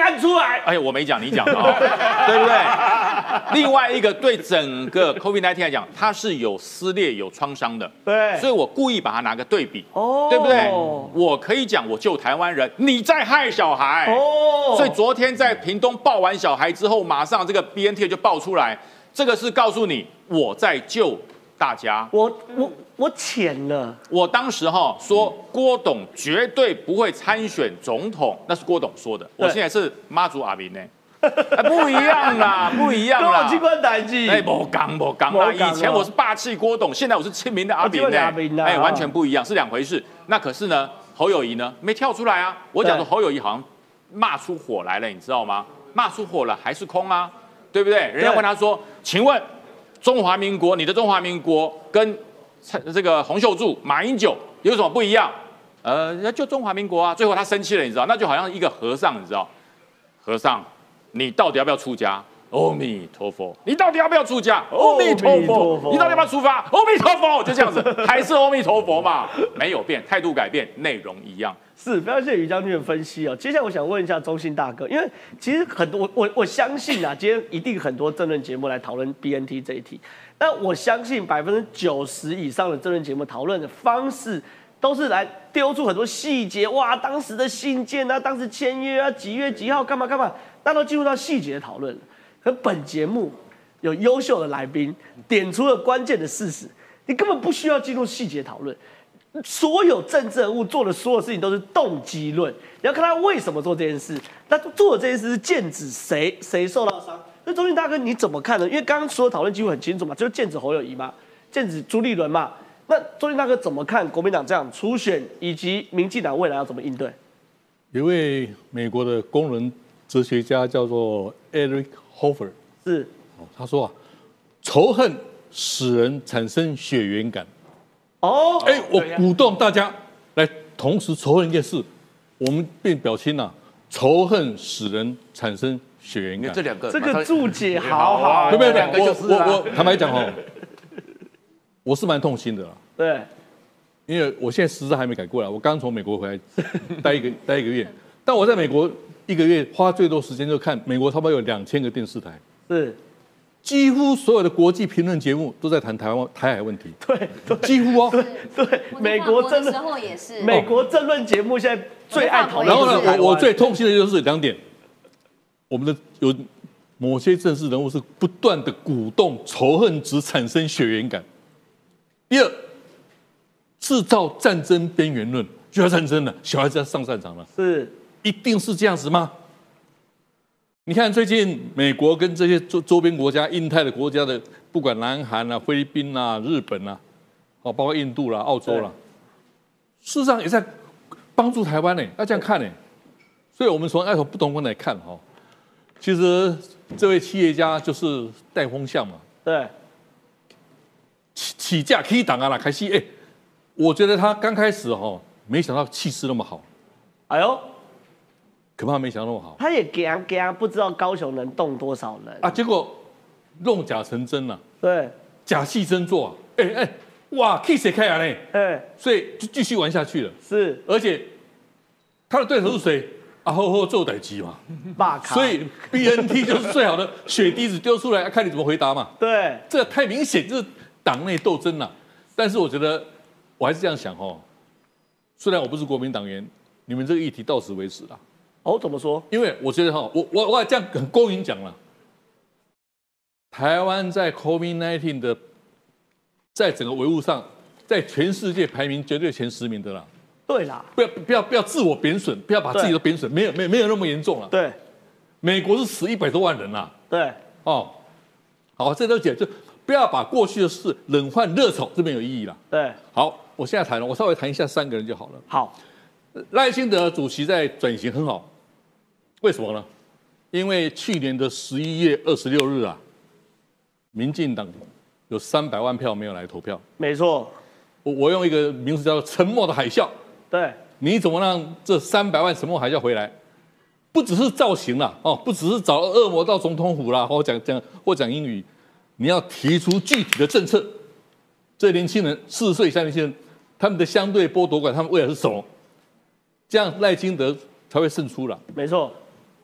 案出来。 哎呀，我没讲，你讲的哦，对不对？另外一个对整个 COVID 十九 来讲，它是有撕裂、有创伤的。 对， 所以我故意把它拿个对比， 哦， 对不对？我可以讲我救台湾人，你在害小孩。哦，所以昨天在屏东抱完小孩之后，马上这个 B N T 就爆出来，这个是告诉你我在救大家。 我我我浅了。 我当时哈说郭董绝对不会参选总统，那是郭董说的。我现在是妈祖阿明呢。哎，不一样啦，不一样啦。 跟我机关代志。 哎，不刚不刚啦。以前我是霸气郭董，现在我是亲民的阿明呢。哎，完全不一样，是两回事。那可是呢，侯友宜呢没跳出来啊。我讲说侯友宜好像骂出火来了，你知道吗？骂出火了还是空啊，对不对？人家问他说，请问中华民国，你的中华民国跟这个洪秀柱、马英九有什么不一样？呃，就中华民国啊。最后他生气了，你知道，那就好像一个和尚，你知道，和尚。你到底要不要出家？阿弥陀佛。你到底要不要出家？阿弥陀佛。你到底要不要出发？阿弥陀佛。就这样子，还是阿弥陀佛嘛，没有变，态度改变，内容一样。 是，非常谢谢于将军的分析哦。接下来我想问一下中信大哥，因为其实很多我我我相信啊，今天一定很多政论节目来讨论 B N T 这一题，但我相信百分之九十以上的政论节目讨论的方式。都是来丢出很多细节，哇，当时的信件啊，当时签约啊，几月几号干嘛干嘛，那都进入到细节的讨论了。可本节目有优秀的来宾点出了关键的事实，你根本不需要进入细节讨论。所有政治人物做的所有事情都是动机论，你要看他为什么做这件事，那做的这件事是剑指谁，谁受到伤。那中信大哥你怎么看呢？因为刚刚所有讨论几乎很清楚嘛，就是剑指侯友宜嘛，剑指朱立伦嘛。那中信大哥怎么看国民党这样初选，以及民进党未来要怎么应对？ 有位美国的工人哲学家叫做 Eric Hoffer， 是， 他说啊，仇恨使人产生血缘感。 哦， 哎，我鼓动大家来同时仇恨一件事，我们变表亲啊，仇恨使人产生血缘感。 这两个， 这个注解好好， 没有没有，我我我坦白讲哦，我是蛮痛心的啦。 对， 因为我现在时事还没改过来，我刚从美国回来，待一个待一个月。但我在美国一个月花最多时间就看美国，差不多有两千个电视台， 是， 几乎所有的国际评论节目都在谈台湾台海问题。 对， 几乎哦。 对，美国政论时候也是， 美国政论节目现在最爱讨论。 然后呢，我我最痛心的就是两点，我们的有某些政治人物是不断的鼓动仇恨值产生血缘感。第二。制造战争边缘论，就要战争了，小孩子要上战场了， 是，一定是这样子吗？你看最近美国跟这些周周边国家、印太的国家的，不管南韩啊、菲律宾啊、日本啊，哦，包括印度啦、澳洲啦，事实上也在帮助台湾呢。要这样看呢，所以我们从要从不同观点来看哈，其实这位企业家就是带风向嘛， 对， 起起价可以挡啊啦，开始哎。我觉得他刚开始哈，没想到气势那么好， 哎呦， 可怕没想到那么好。 他也干干，不知道高雄能动多少人啊！结果弄假成真了， 对， 假戏真做啊！哎哎，哇 ，kiss 也开了呢， 哎， 所以就继续玩下去了。 是， 而且他的对手是谁？啊，后后做歹机嘛， 霸卡。 所以 B N T 就是最好的血滴子丢出来，看你怎么回答嘛。 对， 这个太明显就是党内斗争了。但是我觉得。我还是这样想哦，虽然我不是国民党员，你们这个议题到此为止啦。 哦，怎么说？ 因为我觉得哈，我我我这样很公允讲了，台湾在 COVID 十九 的，在整个维护上，在全世界排名绝对前十名的啦。 对啦， 不要不要不要自我贬损，不要把自己都贬损，没有没有没有那么严重了。 对， 美国是死一百多万人啦。 对， 哦，好，这都解就不要把过去的事冷换热炒，这边有意义了。 对， 好。我现在谈了，我稍微谈一下三个人就好了。 好， 赖清德主席在转型很好，为什么呢？因为去年的十一月二十六日啊，民进党有三百万票没有来投票。 没错， 我我用一个名词叫做“沉默的海啸”。 对， 你怎么让这三百万沉默海啸回来？不只是造型啦，哦，不只是找恶魔到总统府啦，或讲讲或讲英语，你要提出具体的政策。这年轻人四十岁以下年轻人。他们的相对剥夺感，他们未来是什么？这样赖清德才会胜出了。 没错。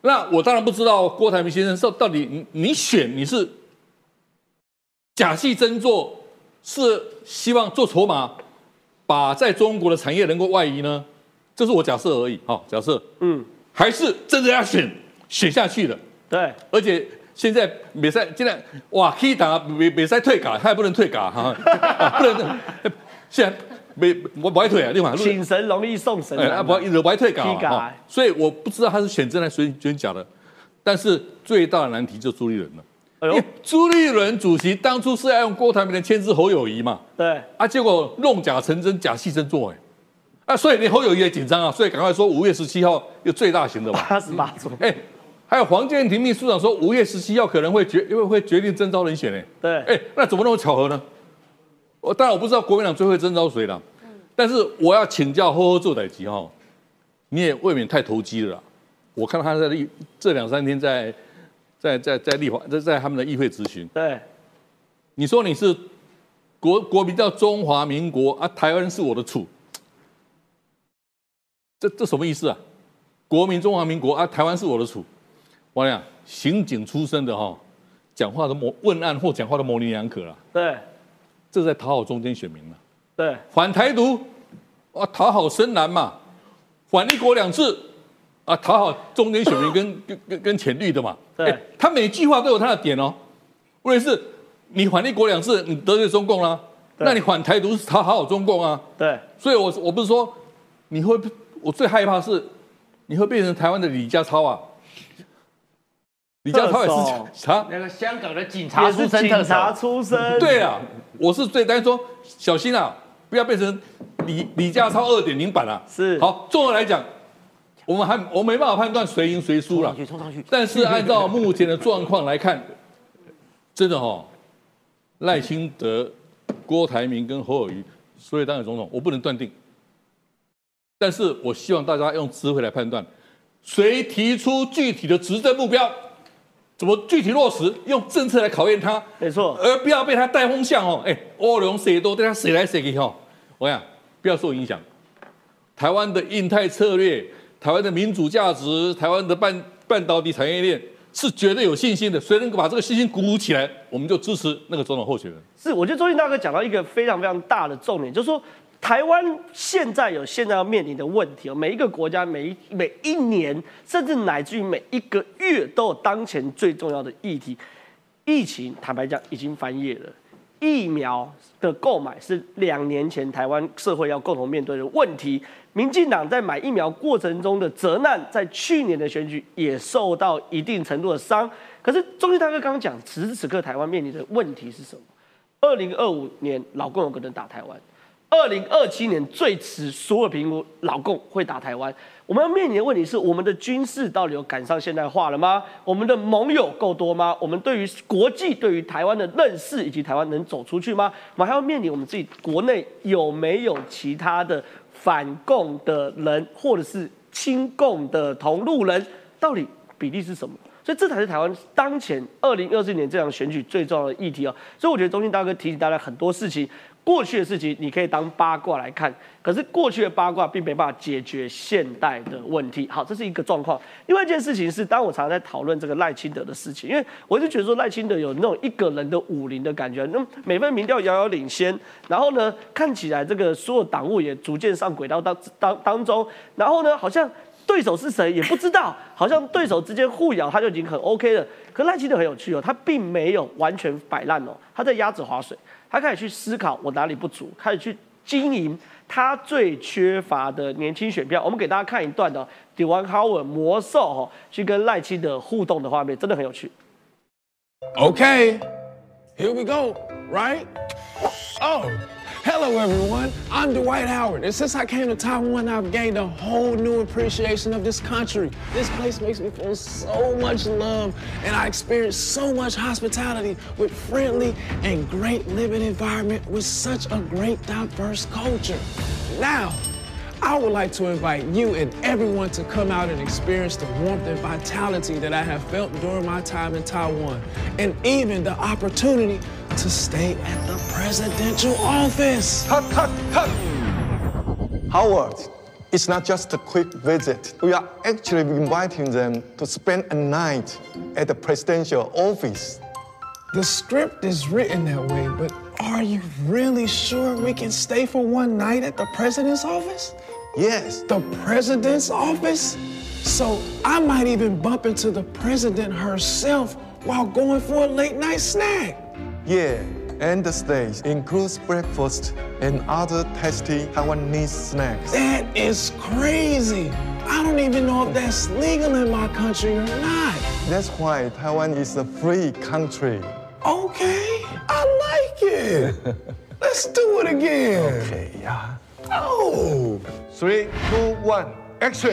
那我当然不知道郭台铭先生到底你你选你是假戏真做，是希望做筹码，把在中国的产业能够外移呢？这是我假设而已，好，假设，嗯，还是真的要选选下去的？ 对， 而且现在比赛现在哇，可以打比比赛退嘎，他也不能退嘎哈，不能现在。没，我不爱退啊，另外请神容易送神难， 啊不，惹不爱退稿啊，所以我不知道他是选真还是选假的，但是最大的难题就是朱立伦了。哎呦，朱立伦主席当初是要用郭台铭的签字侯友宜嘛， 对， 啊，结果弄假成真，假戏真做，哎，啊，所以连侯友宜也紧张啊，所以赶快说五月十七号有最大型的吧， 八十八桌， 哎，还有黄建庭秘书长说五月十七号可能会决，因为会决定征召人选，哎， 对， 哎，那怎么那么巧合呢？我当然我不知道国民党最会征召谁了，但是我要请教呵呵做代志哈，你也未免太投机了啦。我看到他在立这两三天在在在在立法在在他们的议会质询， 对， 你说你是国国民叫中华民国啊，台湾是我的处，这这什么意思啊？国民中华民国啊，台湾是我的处，我讲刑警出身的哈，讲话的模问案或讲话的模棱两可了， 对。 这是在讨好中间选民了， 对， 反台独啊，讨好深蓝嘛，反一国两制啊，讨好中间选民跟跟跟跟浅绿的嘛， 对、欸， 他每句话都有他的点哦。问题是，你反一国两制，你得罪中共啦，那你反台独是讨好中共啊， 对， 所以我我不是说你会，我最害怕是你会变成台湾的李家超啊。李家超也是啊，那个香港的警察出身， 警察出身。 对啊，我是最担心说，小心啊，不要变成李李家超二点零版啊。 是。 好，综合来讲，我们还我没办法判断谁赢谁输了。 冲上去，冲上去。 但是按照目前的状况来看，真的哦，赖清德、郭台铭跟侯友宜，所以当选总统，我不能断定。但是我希望大家用智慧来判断，谁提出具体的执政目标。怎么具体落实？用政策来考验他， 没错， 而不要被他带风向哦。哎，欧龙谁多，对他谁来谁去哦。我想不要受影响。台湾的印太策略，台湾的民主价值，台湾的半半导体产业链是绝对有信心的。谁能够把这个信心鼓舞起来，我们就支持那个总统候选人。 是，我觉得周信大哥讲到一个非常非常大的重点，就是说。台湾现在有现在要面临的问题哦，每一个国家每一每一年，甚至乃至于每一个月，都有当前最重要的议题。疫情坦白讲已经翻页了，疫苗的购买是两年前台湾社会要共同面对的问题。民进党在买疫苗过程中的责难，在去年的选举也受到一定程度的伤。可是中信大哥刚刚讲，此时此刻台湾面临的问题是什么？二零二五年老共有可能打台湾。二零二七年最迟，所有评估老共会打台湾。我们要面临的问题是：我们的军事到底有赶上现代化了吗？我们的盟友够多吗？我们对于国际、对于台湾的认识以及台湾能走出去吗？我们还要面临我们自己国内有没有其他的反共的人，或者是亲共的同路人，到底比例是什么？所以这才是台湾当前二零二四年这场选举最重要的议题哦。所以我觉得中信大哥提醒大家很多事情。过去的事情你可以当八卦来看，可是过去的八卦并没办法解决现代的问题。好，这是一个状况。另外一件事情是，当我常常在讨论这个赖清德的事情，因为我就觉得说赖清德有那种一个人的武林的感觉，那每份民调遥遥领先，然后呢，看起来这个所有党务也逐渐上轨道当当当中，然后呢，好像对手是谁也不知道，好像对手之间互咬他就已经很 OK 了。可赖清德很有趣哦，他并没有完全摆烂哦，他在鸭子划水。他开始去思考我哪里不足，开始去经营他最缺乏的年轻选票。我们给大家看一段的迪万哈文魔兽哦，去跟赖清德互动的画面，真的很有趣。 Okay, here we go, right? Oh, hello everyone. I'm Dwight Howard, and since I came to Taiwan, I've gained a whole new appreciation of this country. This place makes me feel so much love, and I experience so much hospitality with friendly and great living environment with such a great diverse culture. Now, I would like to invite you and everyone to come out and experience the warmth and vitality that I have felt during my time in Taiwan, and even the opportunity to stay at the presidential office. Cut, cut, cut. Howard, it's not just a quick visit. We are actually inviting them to spend a night at the presidential office. The script is written that way, but are you really sure we can stay for one night at the president's office? Yes. The president's office? So I might even bump into the president herself while going for a late night snack. Yeah, and the stays includes breakfast and other tasty Taiwanese snacks. That is crazy. I don't even know if that's legal in my country or not. That's why Taiwan is a free country. Okay, I like it. Let's do it again. Okay, yeah. Oh. Three, two, one, action.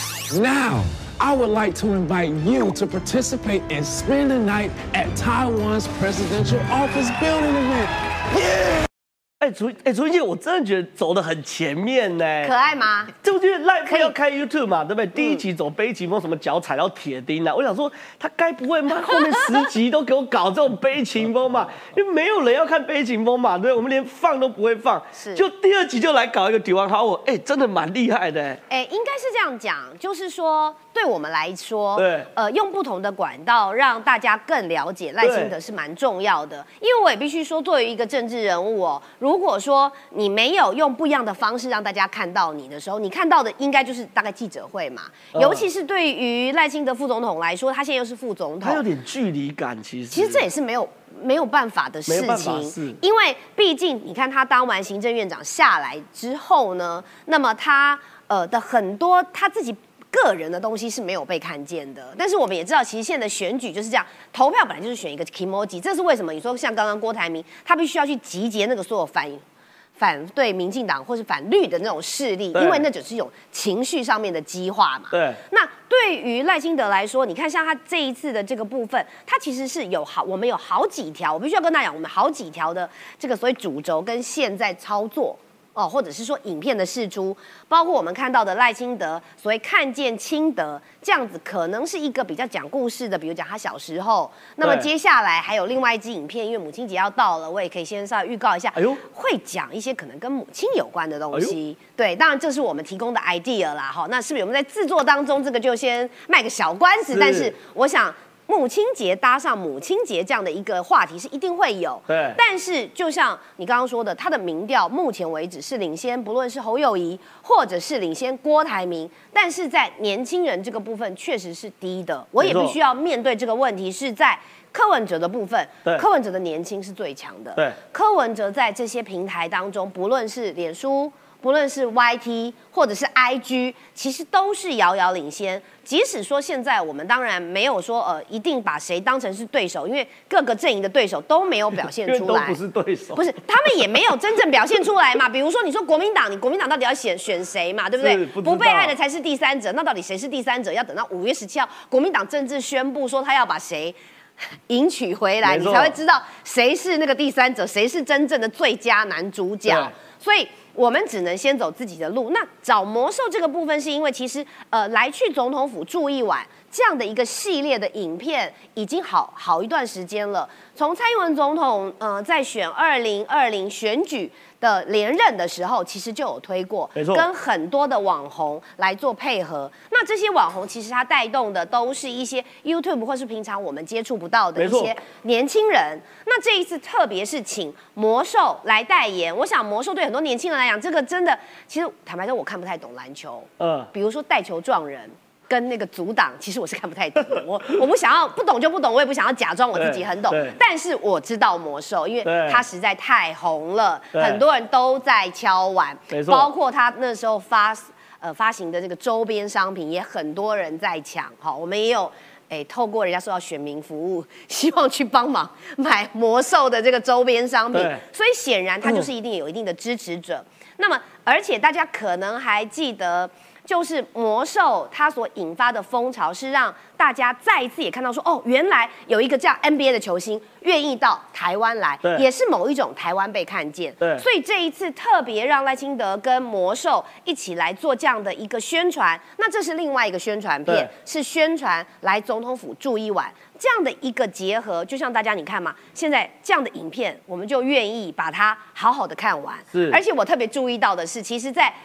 Now, I would like to invite you to participate and spend the night at Taiwan's presidential office building event. Yeah! 哎，楚哎楚英姐，我真的觉得走得很前面呢。 可爱吗？ 这不就是赖可以要开 YouTube 嘛，对不对？第一集走悲情风，什么脚踩到铁钉啊？我想说，他该不会妈后面十集都给我搞这种悲情风嘛？因为没有人要看悲情风嘛，对不对？我们连放都不会放， 是就第二集就来搞一个迪王好我，哎，真的蛮厉害的。 哎，应该是这样讲，就是说对我们来说， 对， 呃，用不同的管道让大家更了解赖清德是蛮重要的。因为我也必须说，作为一个政治人物哦，如果说你没有用不一样的方式让大家看到你的时候，你看到的应该就是大概记者会嘛。嗯、尤其是对于赖清德副总统来说，他现在又是副总统， 他有点距离感，其实其实这也是没有没有办法的事情，因为毕竟你看他当完行政院长下来之后呢，那么他呃的很多他自己个人的东西是没有被看见的。但是我们也知道，其实现在的选举就是这样，投票本来就是选一个 kimoji， 这是为什么？你说像刚刚郭台铭，他必须要去集结那个所有反反对民进党或是反绿的那种势力，因为那只是一种情绪上面的激化嘛。 对。 那对于赖清德来说，你看像他这一次的这个部分，他其实是有好，我们有好几条，我必须要跟大家讲，我们好几条的这个所谓主轴跟现在操作。哦，或者是说影片的释出，包括我们看到的赖清德所谓看见清德这样子，可能是一个比较讲故事的，比如讲他小时候。那么接下来还有另外一支影片，因为母亲节要到了，我也可以先稍微预告一下，哎呦，会讲一些可能跟母亲有关的东西。哎、对，当然这是我们提供的 idea 啦，哈，那是不是我们在制作当中这个就先卖个小关子？但是我想。母亲节搭上母亲节这样的一个话题是一定会有， 对。 但是就像你刚刚说的，他的民调目前为止是领先，不论是侯友宜或者是领先郭台铭，但是在年轻人这个部分确实是低的。我也必须要面对这个问题，是在柯文哲的部分，柯文哲的年轻是最强的。 对， 柯文哲在这些平台当中，不论是脸书。不论是 Y T 或者是 I G， 其实都是遥遥领先。即使说现在我们当然没有说呃一定把谁当成是对手，因为各个阵营的对手都没有表现出来， 都不是对手， 不是他们也没有真正表现出来嘛。比如说你说国民党，你国民党到底要选选谁嘛，对不对？不, 不被害的才是第三者，那到底谁是第三者？要等到五月十七号，国民党正式宣布说他要把谁迎娶回来，你才会知道谁是那个第三者，谁是真正的最佳男主角。所以。我们只能先走自己的路。那找魔兽这个部分，是因为其实呃来去总统府住一晚这样的一个系列的影片，已经好好一段时间了。从蔡英文总统呃在选二零二零选举的连任的时候，其实就有推过，跟很多的网红来做配合。那这些网红其实他带动的都是一些 YouTube 或是平常我们接触不到的一些年轻人。那这一次特别是请魔兽来代言，我想魔兽对很多年轻人来讲，这个真的其实坦白说，我看不太懂篮球。嗯，比如说带球撞人。跟那个阻挡，其实我是看不太懂的。我我不想要不懂就不懂，我也不想要假装我自己很懂。但是我知道魔兽，因为他实在太红了，很多人都在敲碗，包括他那时候发呃发行的这个周边商品，也很多人在抢。好，我们也有哎透过人家说要选民服务，希望去帮忙买魔兽的这个周边商品。所以显然他就是一定有一定的支持者。那么，而且大家可能还记得。就是魔兽它所引发的风潮，是让大家再一次也看到说，哦，原来有一个这样 N B A 的球星愿意到台湾来，也是某一种台湾被看见。对，所以这一次特别让赖清德跟魔兽一起来做这样的一个宣传。那这是另外一个宣传片，是宣传来总统府住一晚这样的一个结合。就像大家你看嘛，现在这样的影片，我们就愿意把它好好的看完。是，而且我特别注意到的是，其实在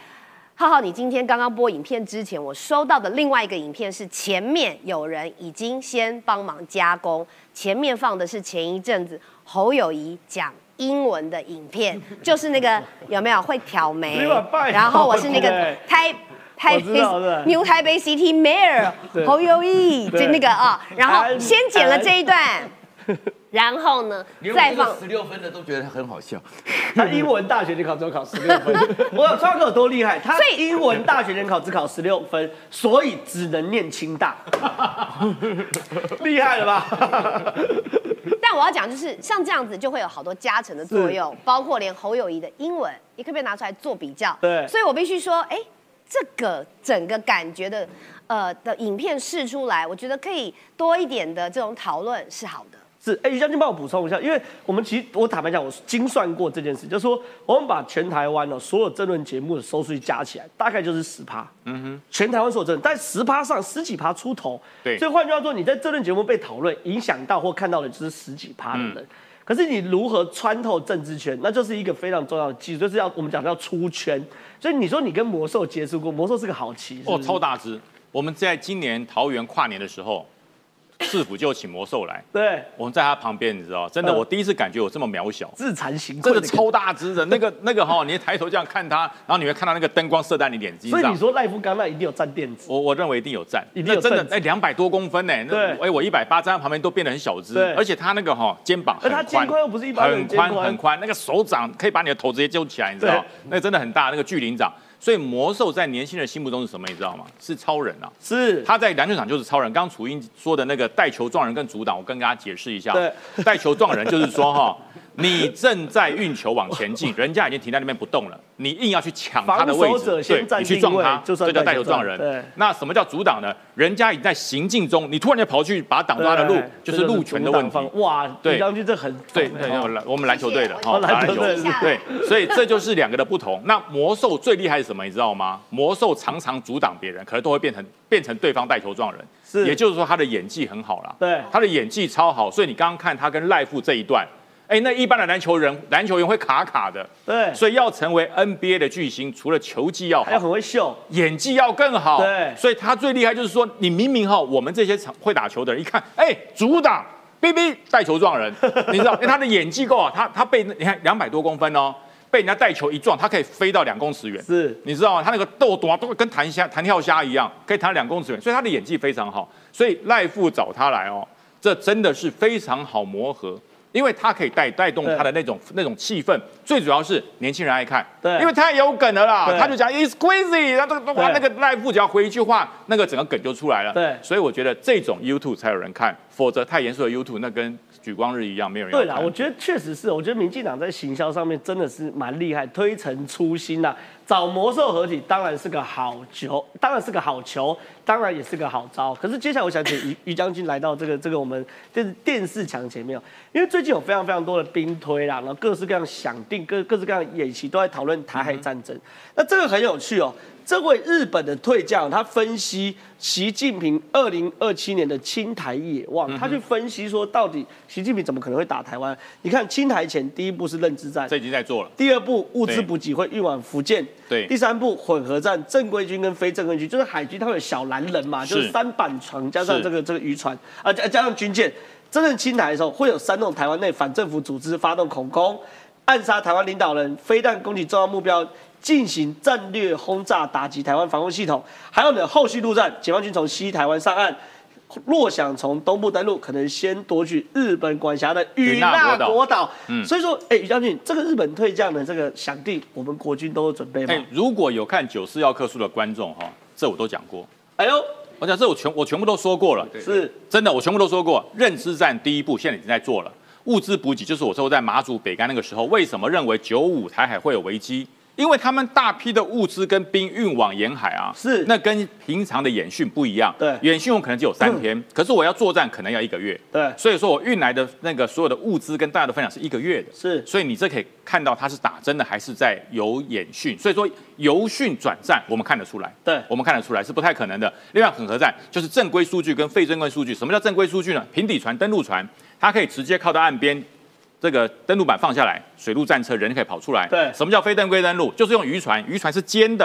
浩浩，你今天刚刚播影片之前，我收到的另外一个影片是前面有人已经先帮忙加工，前面放的是前一阵子侯友宜讲英文的影片，就是那个有没有会挑眉，然后我是那个台台北 New 台北 City Mayor 侯友宜，就那个啊，然后先剪了这一段。然后呢，再放十六分的都觉得他很好笑。 他英文大学联考只考十六分，我有川口多厉害，他英文大学联考只考十六分，所以只能念清大，厉害了吧？ 但我要讲就是，像这样子就会有好多加成的作用，包括连侯友宜的英文也可以被拿出来做比较。 对， 所以我必须说，哎，这个整个感觉的呃的影片释出来，我觉得可以多一点的这种讨论是好的。 是，哎，于将军帮我补充一下，因为我们其实我坦白讲，我精算过这件事，就是说我们把全台湾哦所有政论节目的收视率加起来，大概就是十趴，嗯哼，全台湾所有政论，但十趴上十几趴出头， 对， 所以换句话说，你在政论节目被讨论，影响到或看到的就是十几趴的人。嗯，可是你如何穿透政治圈，那就是一个非常重要的技术，就是要我们讲要出圈。所以你说你跟魔兽接触过，魔兽是个好棋， 哦，超大只。我们在今年桃园跨年的时候。市府就请魔兽来， 对， 我们在他旁边，你知道，真的，我第一次感觉我这么渺小， 自惭形穑， 真的超大只的，那个那个哈，你抬头这样看他，然后你会看到那个灯光射在你眼睛上。 所以你说赖富刚那一定有占电子， 我我认为一定有占， 一定有真的，哎，两百多公分呢， 对， 哎，我一百八站在旁边都变得很小只，而且他那个哈肩膀很宽， 他肩宽又不是一般人很宽很宽，那个手掌可以把你的头直接揪起来，你知道，那个真的很大，那个巨灵掌。所以魔兽在年轻人心目中是什么？你知道吗？是超人啊！ 是他在篮球场就是超人。刚刚楚英说的那个带球撞人跟阻挡，我跟大家解释一下。 对， 带球撞人就是说哈，你正在运球往前进，人家已经停在那边不动了，你硬要去抢他的位置，对，你去撞他，这叫带球撞人。对，那什么叫阻挡呢？人家已经在行进中，你突然间跑去把他挡住他的路，就是路权的问题。 哇，对，将军这很对对，我们篮球队的哈，篮球队对，所以这就是两个的不同。那魔兽最厉害是什么？你知道吗？魔兽常常阻挡别人，可是都会变成变成对方带球撞人。是，也就是说他的演技很好啦。 对， 他的演技超好，所以你刚刚看他跟赖富这一段。哎，那一般的篮球人、篮球员会卡卡的， 对， 所以要成为 N B A 的巨星，除了球技要好， 还要很会秀， 演技要更好， 对， 所以他最厉害就是说，你明明哈，我们这些会打球的人一看，哎，阻挡 ，B B 带球撞人，你知道，因为他的演技够好，他他被你看两百多公分哦，被人家带球一撞，他可以飞到两公尺远， 是， 你知道吗？他那个豆多都跟弹虾、弹跳虾一样，可以弹两公尺远，所以他的演技非常好，所以赖富找他来哦，这真的是非常好磨合。因为他可以带带动他的那种那种气氛，最主要是年轻人爱看， 对， 因为太有梗了啦，他就讲 It's crazy， 然后这个哇那个赖富只要回一句话，那个整个梗就出来了， 对， 所以我觉得这种 YouTube 才有人看，否则太严肃的 YouTube 那跟举光日一样，没有人要看。 对啦，我觉得确实是，我觉得民进党在行销上面真的是蛮厉害，推陈出新啦。找魔兽合体当然是个好球，当然是个好球，当然也是个好招。可是接下来我想请于于将军来到这个这个我们电电视墙前面，因为最近有非常非常多的兵推啦，然后各式各样想定各各式各样的演习都在讨论台海战争。嗯、那这个很有趣哦。这位日本的退将，他分析习近平二零二七年的侵台野望，他去分析说，到底习近平怎么可能会打台湾？你看，侵台前第一步是认知战， 这已经在做了； 第二步物资补给会运往福建； 对； 第三步混合战，正规军跟非正规军，就是海军它会有小蓝人嘛，就是三板船加上这个这个渔船啊，加加上军舰。真正侵台的时候，会有煽动台湾内反政府组织发动恐攻，暗杀台湾领导人，飞弹攻击重要目标。进行战略轰炸打击台湾防空系统，还有呢后续陆战，解放军从西台湾上岸，若想从东部登陆，可能先夺取日本管辖的与那国岛。嗯，所以说，哎、欸，于将军，这个日本退将的这个想定，我们国军都有准备吗？ 欸、如果有看九四要客诉的观众哈，这我都讲过。 哎呦， 我讲这我全我全部都说过了， 是真的，我全部都说过。认知战第一步现在已经在做了，物资补给就是我说在马祖北干那个时候，为什么认为九五台海会有危机？因为他们大批的物资跟兵运往沿海啊， 是那跟平常的演训不一样。 对， 演训我可能只有三天，嗯、可是我要作战可能要一个月。 对， 所以说我运来的那个所有的物资跟大家的分享是一个月的。 是， 所以你这可以看到他是打真的还是在有演训。所以说由训转战，我们看得出来。 对， 我们看得出来是不太可能的。另外混合战就是正规数据跟非正规数据。什么叫正规数据呢？平底船、登陆船，它可以直接靠到岸边。这个登陆板放下来，水陆战车人可以跑出来。 对， 什么叫非正规登陆？就是用渔船，渔船是尖的，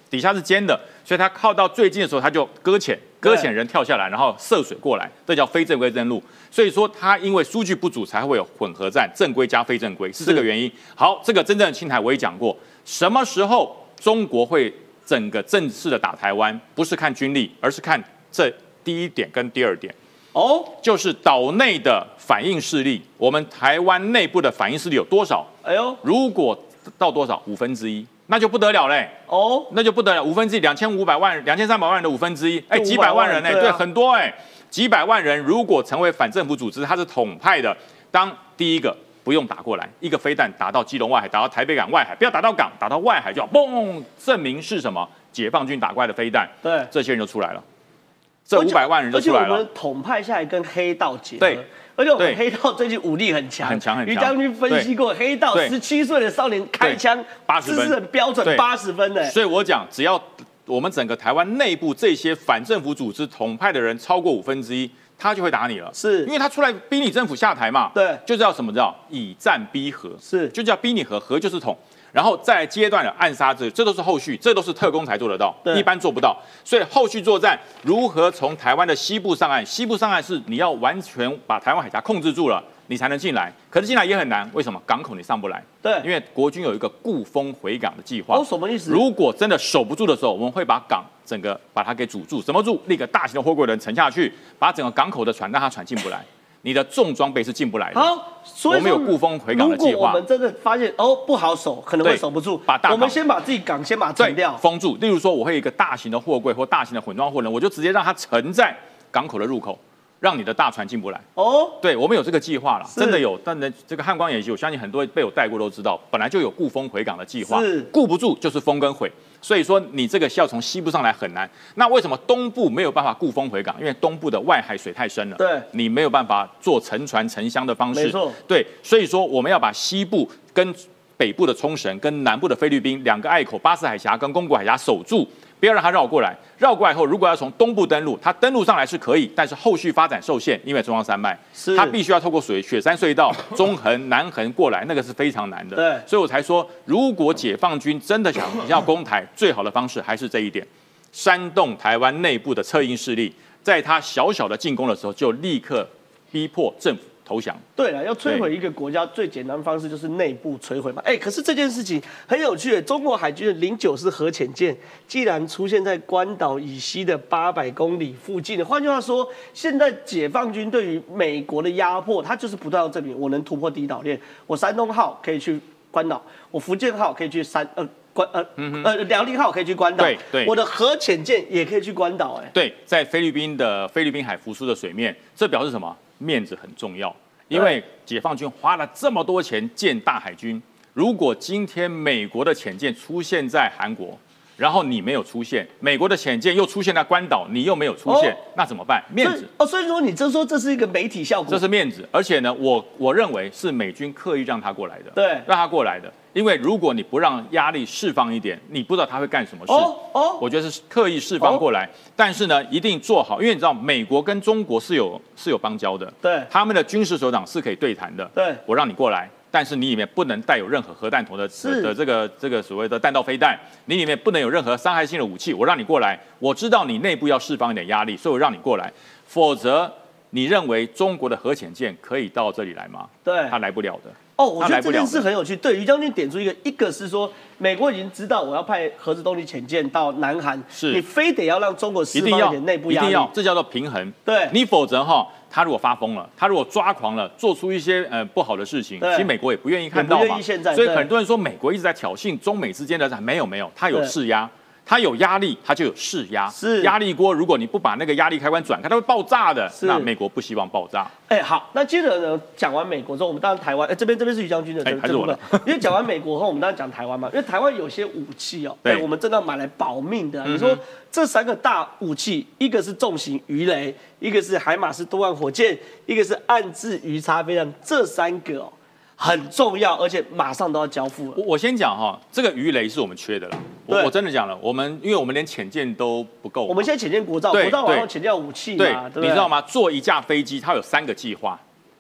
底下是尖的，所以它靠到最近的时候，它就搁浅，搁浅人跳下来，然后涉水过来，这叫非正规登陆。所以说它因为数据不足，才会有混合战，正规加非正规，是这个原因。好，这个真正的侵台我也讲过，什么时候中国会整个正式的打台湾，不是看军力，而是看这第一点跟第二点。哦，就是岛内的反应势力，我们台湾内部的反应势力有多少？哎呦，如果到多少五分之一，那就不得了嘞！哦，那就不得了，五分之一，两千五百万、两千三百万人的五分之一，哎，几百万人呢？对，很多哎，几百万人如果成为反政府组织，它是统派的，当第一个不用打过来，一个飞弹打到基隆外海，打到台北港外海，不要打到港，打到外海就要嘣，证明是什么？解放军打过来的飞弹，对，这些人就出来了。这五百万人就出来了，而且我们统派下来跟黑道结合， 对， 而且我们黑道最近武力很强， 很强很强。 于将军分析过，黑道十七岁的少年开枪， 八十分， 姿势很标准，八十分的。 所以我讲，只要我们整个台湾内部这些反政府组织统派的人超过五分之一，他就会打你了， 是因为他出来逼你政府下台嘛， 对， 就叫什么叫以战逼和， 是就叫逼你和，和就是统。然后再阶段的暗杀，这这都是后续，这都是特工才做得到，一般做不到。所以后续作战如何从台湾的西部上岸？西部上岸是你要完全把台湾海峡控制住了，你才能进来。可是进来也很难，为什么？港口你上不来。 对， 因为国军有一个固封回港的计划。 哦，什么意思？ 如果真的守不住的时候，我们会把港整个把它给阻住。怎么住？立个大型的货柜轮沉下去，把整个港口的船让它船进不来。你的重装备是进不来的。 好，所以我们有固封回港的计划。 如果我们真的发现哦不好守，可能会守不住， 把大我们先把自己港先把它沉掉， 封住。例如说，我会有一个大型的货柜或大型的混装货轮，我就直接让它沉在港口的入口，让你的大船进不来。哦，对，我们有这个计划了，真的有。但呢，这个汉光演习，我相信很多被我带过都知道，本来就有固封回港的计划，固不住就是封跟回。所以说你这个要从西部上来很难。那为什么东部没有办法固封回港？因为东部的外海水太深了， 对， 你没有办法做沉船沉箱的方式。 没错， 对，所以说我们要把西部跟北部的冲绳跟南部的菲律宾两个隘口，巴士海峡跟宫古海峡守住。不要让它绕过来，绕过来后，如果要从东部登陆，它登陆上来是可以，但是后续发展受限，因为中央山脉，它必须要透过水雪山隧道、中横、南横过来，那个是非常难的。 对， 所以我才说，如果解放军真的想要攻台，最好的方式还是这一点：煽动台湾内部的策应势力，在他小小的进攻的时候，就立刻逼迫政府投降。 对了，要摧毁一个国家最简单的方式就是内部摧毁嘛。哎，可是这件事情很有趣，中国海军的零九式核潜舰既然出现在关岛以西的八百公里附近，换句话说，现在解放军对于美国的压迫，它就是不断要证明我能突破第一岛链，我山东号可以去关岛，我福建号可以去山呃关呃、嗯、呃辽宁号可以去关岛， 对对， 我的核潜舰也可以去关岛，哎， 对，在菲律宾的菲律宾海浮出的水面，这表示什么？面子很重要。因为解放军花了这么多钱建大海军，如果今天美国的潜舰出现在韩国，然后你没有出现，美国的潜舰又出现在关岛，你又没有出现，哦、那怎么办？面子哦，所以说你这说这是一个媒体效果， 这是面子，而且呢，我我认为是美军刻意让他过来的， 对， 让他过来的。因为如果你不让压力释放一点，你不知道他会干什么事。 哦哦， 我觉得是刻意释放过来，哦、但是呢，一定做好，因为你知道美国跟中国是有是有邦交的， 对， 他们的军事首长是可以对谈的。 对， 我让你过来，但是你里面不能带有任何核弹头的的的这个这个所谓的弹道飞弹，你里面不能有任何伤害性的武器。我让你过来，我知道你内部要释放一点压力，所以我让你过来，否则你认为中国的核潜舰可以到这里来吗？ 对， 他来不了的。 哦，我觉得这件事很有趣。对，于将军点出一个，一个是说，美国已经知道我要派核子动力潜舰到南韩， 是你非得要让中国释放一点内部压力， 一定要，这叫做平衡。 对， 你否则哈，他如果发疯了，他如果抓狂了，做出一些呃不好的事情，其实美国也不愿意看到嘛。所以很多人说美国一直在挑衅中美之间的，没有没有，他有施压。它有压力，它就有释压。 是压力锅，如果你不把那个压力开关转开，它会爆炸的。那美国不希望爆炸。 哎、欸，好，那接着呢，讲完美国之后，我们当然台湾，哎、欸，这边这边是于将军的， 哎、欸，还是我的。 因为讲完美国后，我们当然讲台湾嘛，因为台湾有些武器哦、喔，对，我们真的要买来保命的、啊。嗯、你说这三个大武器，一个是重型鱼雷，一个是海马斯多万火箭，一个是暗制鱼叉飞弹，这三个哦、喔。很重要，而且马上都要交付了。 我我先讲哈，这个鱼雷是我们缺的了。我我真的讲了，我们因为我们连潜舰都不够。 我们现在潜舰国造，国造完后潜舰武器嘛，对不对？ 你知道吗？做一架飞机，它有三个计划，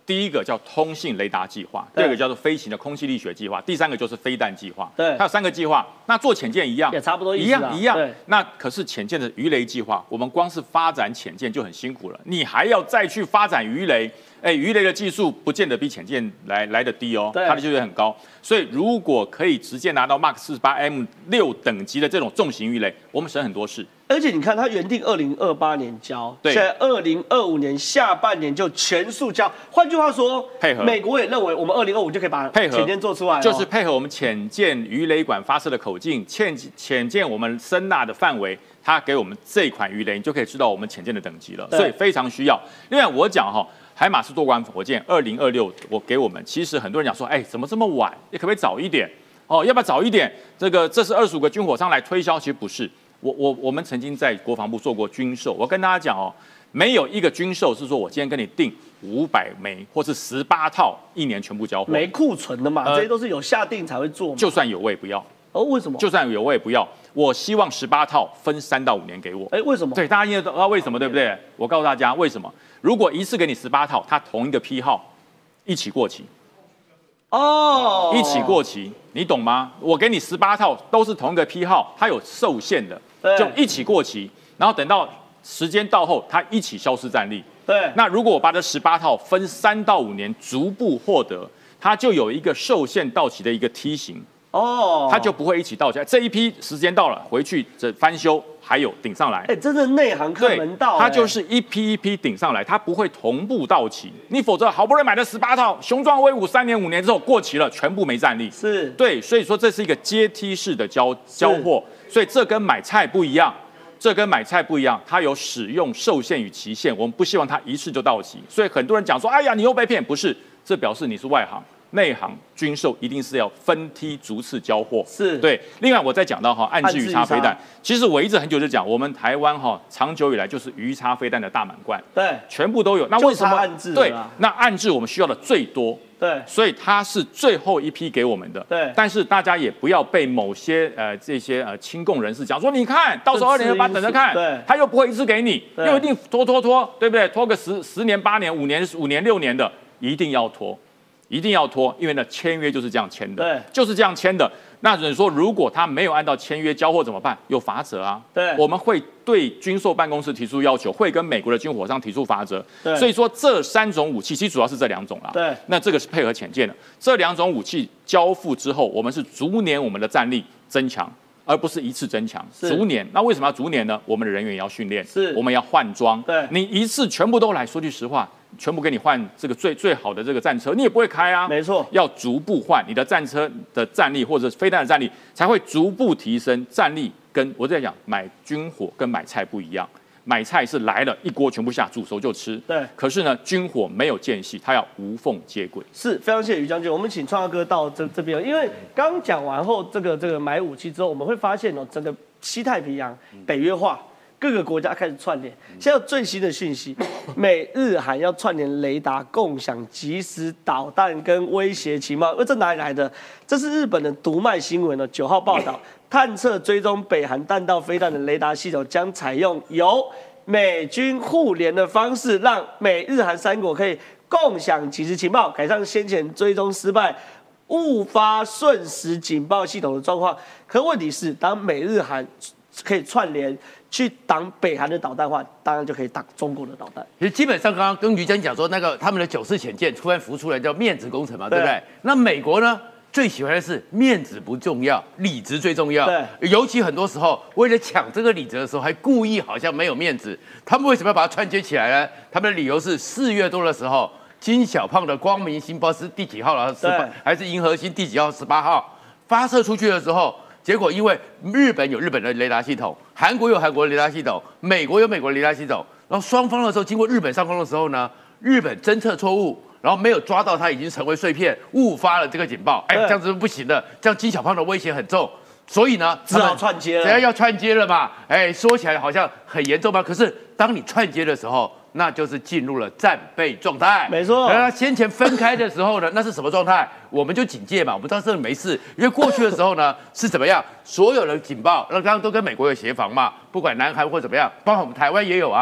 第一个叫通信雷达计划，第二个叫做飞行的空气力学计划，第三个就是飞弹计划。 对， 还有三个计划。那做潜舰一样， 也差不多一样一样。那可是潜舰的鱼雷计划，我们光是发展潜舰就很辛苦了，你还要再去发展鱼雷。哎，鱼雷的技术不见得比潜舰来来的低哦，它的技术很高。所以如果可以直接拿到 Mark 四十八 M 六等级的这种重型鱼雷，我们省很多事。 而且你看，它原定二零二八年交， 对， 现在二零二五年下半年就全速交。换句话说， 配合美国也认为我们二零二五就可以把潜舰做出来， 就是配合我们潜舰鱼雷管发射的口径，潜潜舰我们声纳的范围，它给我们这款鱼雷，你就可以知道我们潜舰的等级了。所以非常需要。另外我讲哈。海马斯多管火箭二零二六，我给我们，其实很多人讲说，哎，怎么这么晚？你可不可以早一点？哦，要不要早一点？这个这是二十五个军火商来推销，其实不是。我我我们曾经在国防部做过军售，我跟大家讲哦，没有一个军售是说我今天跟你订五百枚或是十八套，一年全部交货， 没库存的嘛，呃、这些都是有下定才会做嘛。 就算有我也不要。 哦，为什么？ 就算有我也不要。我希望十八套分三到五年给我。 哎，为什么？ 对，大家应该知道为什么，对不对？我告诉大家为什么。如果一次给你十八套，它同一个批号一起过期， 哦， 一起过期，你懂吗？我给你十八套都是同一个批号，它有受限的，就一起过期，然后等到时间到后，它一起消失战力。 对， 那如果我把这十八套分三到五年逐步获得，它就有一个受限到期的一个梯形。哦，它就不会一起到起来。这一批时间到了，回去这翻修，还有顶上来。 哎，真的内行看门道。 它就是一批一批顶上来，它不会同步到期。你否则好不容易买了十八套，雄壮威武，三年五年之后过期了，全部没战力。 是， 对，所以说这是一个阶梯式的交交货，所以这跟买菜不一样。这跟买菜不一样，它有使用受限与期限，我们不希望它一次就到期。所以很多人讲说，哎呀，你又被骗，不是，这表示你是外行。内行军售一定是要分梯逐次交货， 是对。 另外，我再讲到哈暗制鱼叉飞弹，其实我一直很久就讲，我们台湾哈长久以来就是鱼叉飞弹的大满贯， 对， 全部都有。那为什么暗制？ 对，那暗制我们需要的最多， 对， 所以它是最后一批给我们的， 对。 但是大家也不要被某些呃这些呃亲共人士讲说，你看到时候二零二八等着看， 对， 他又不会一次给你，又一定拖拖拖，对不对？拖个十十年、八年、五年、五年、六年的，一定要拖。一定要拖，因为呢，签约就是这样签的， 对， 就是这样签的。那你说，如果他没有按照签约交货怎么办？有罚则啊。 对， 我们会对军售办公室提出要求，会跟美国的军火商提出罚则。 对， 所以说这三种武器，其实主要是这两种啦。 对， 那这个是配合潜舰的。这两种武器交付之后，我们是逐年我们的战力增强。而不是一次增强，逐年。那为什么要逐年呢？我们的人员也要训练， 是， 我们要换装。 对， 你一次全部都来说句实话，全部给你换这个最最好的这个战车，你也不会开啊。 没错， 要逐步换你的战车的战力或者飞弹的战力，才会逐步提升战力。跟我在讲买军火跟买菜不一样。买菜是来了一锅全部下，煮熟就吃。 对， 可是呢，军火没有间隙，它要无缝接轨。 是非常谢谢于将军，我们请创耀哥到这这边，因为刚讲完后，这个这个买武器之后，我们会发现哦，整个西太平洋北约化，各个国家开始串联。现在有最新的讯息，美日韩要串联雷达，共享即时导弹跟威胁情报。这哪里来的？这是日本的读卖新闻哦，九号报道。探测追踪北韩弹道飞弹的雷达系统将采用由美军互联的方式，让美日韩三国可以共享即时情报，改善先前追踪失败、误发瞬时警报系统的状况。可问题是，当美日韩可以串联去挡北韩的导弹的话，当然就可以挡中国的导弹。 其实基本上，刚刚跟于将讲说，那个他们的九式潜舰突然浮出来叫面子工程嘛，对不对？那美国呢？最喜欢的是面子不重要，里子最重要。 对， 尤其很多时候为了抢这个里子的时候，还故意好像没有面子。他们为什么要把它串接起来呢？他们的理由是四月多的时候，金小胖的光明星不知道是第几号了，十八还是银河星第几号？十八号发射出去的时候，结果因为日本有日本的雷达系统，韩国有韩国的雷达系统，美国有美国的雷达系统，然后双方的时候经过日本上空的时候呢，日本侦测错误。然后没有抓到它，已经成为碎片，误发了这个警报。哎，这样子不行的，这样金小胖的威胁很重，所以呢， 只好串接了。 只要要串接了嘛，哎，说起来好像很严重嘛。可是当你串接的时候，那就是进入了战备状态。 没错。 然后先前分开的时候呢，那是什么状态？我们就警戒嘛，我们当时没事，因为过去的时候呢是怎么样？所有的警报，那刚刚都跟美国有协防嘛，不管南韩或怎么样，包括我们台湾也有啊。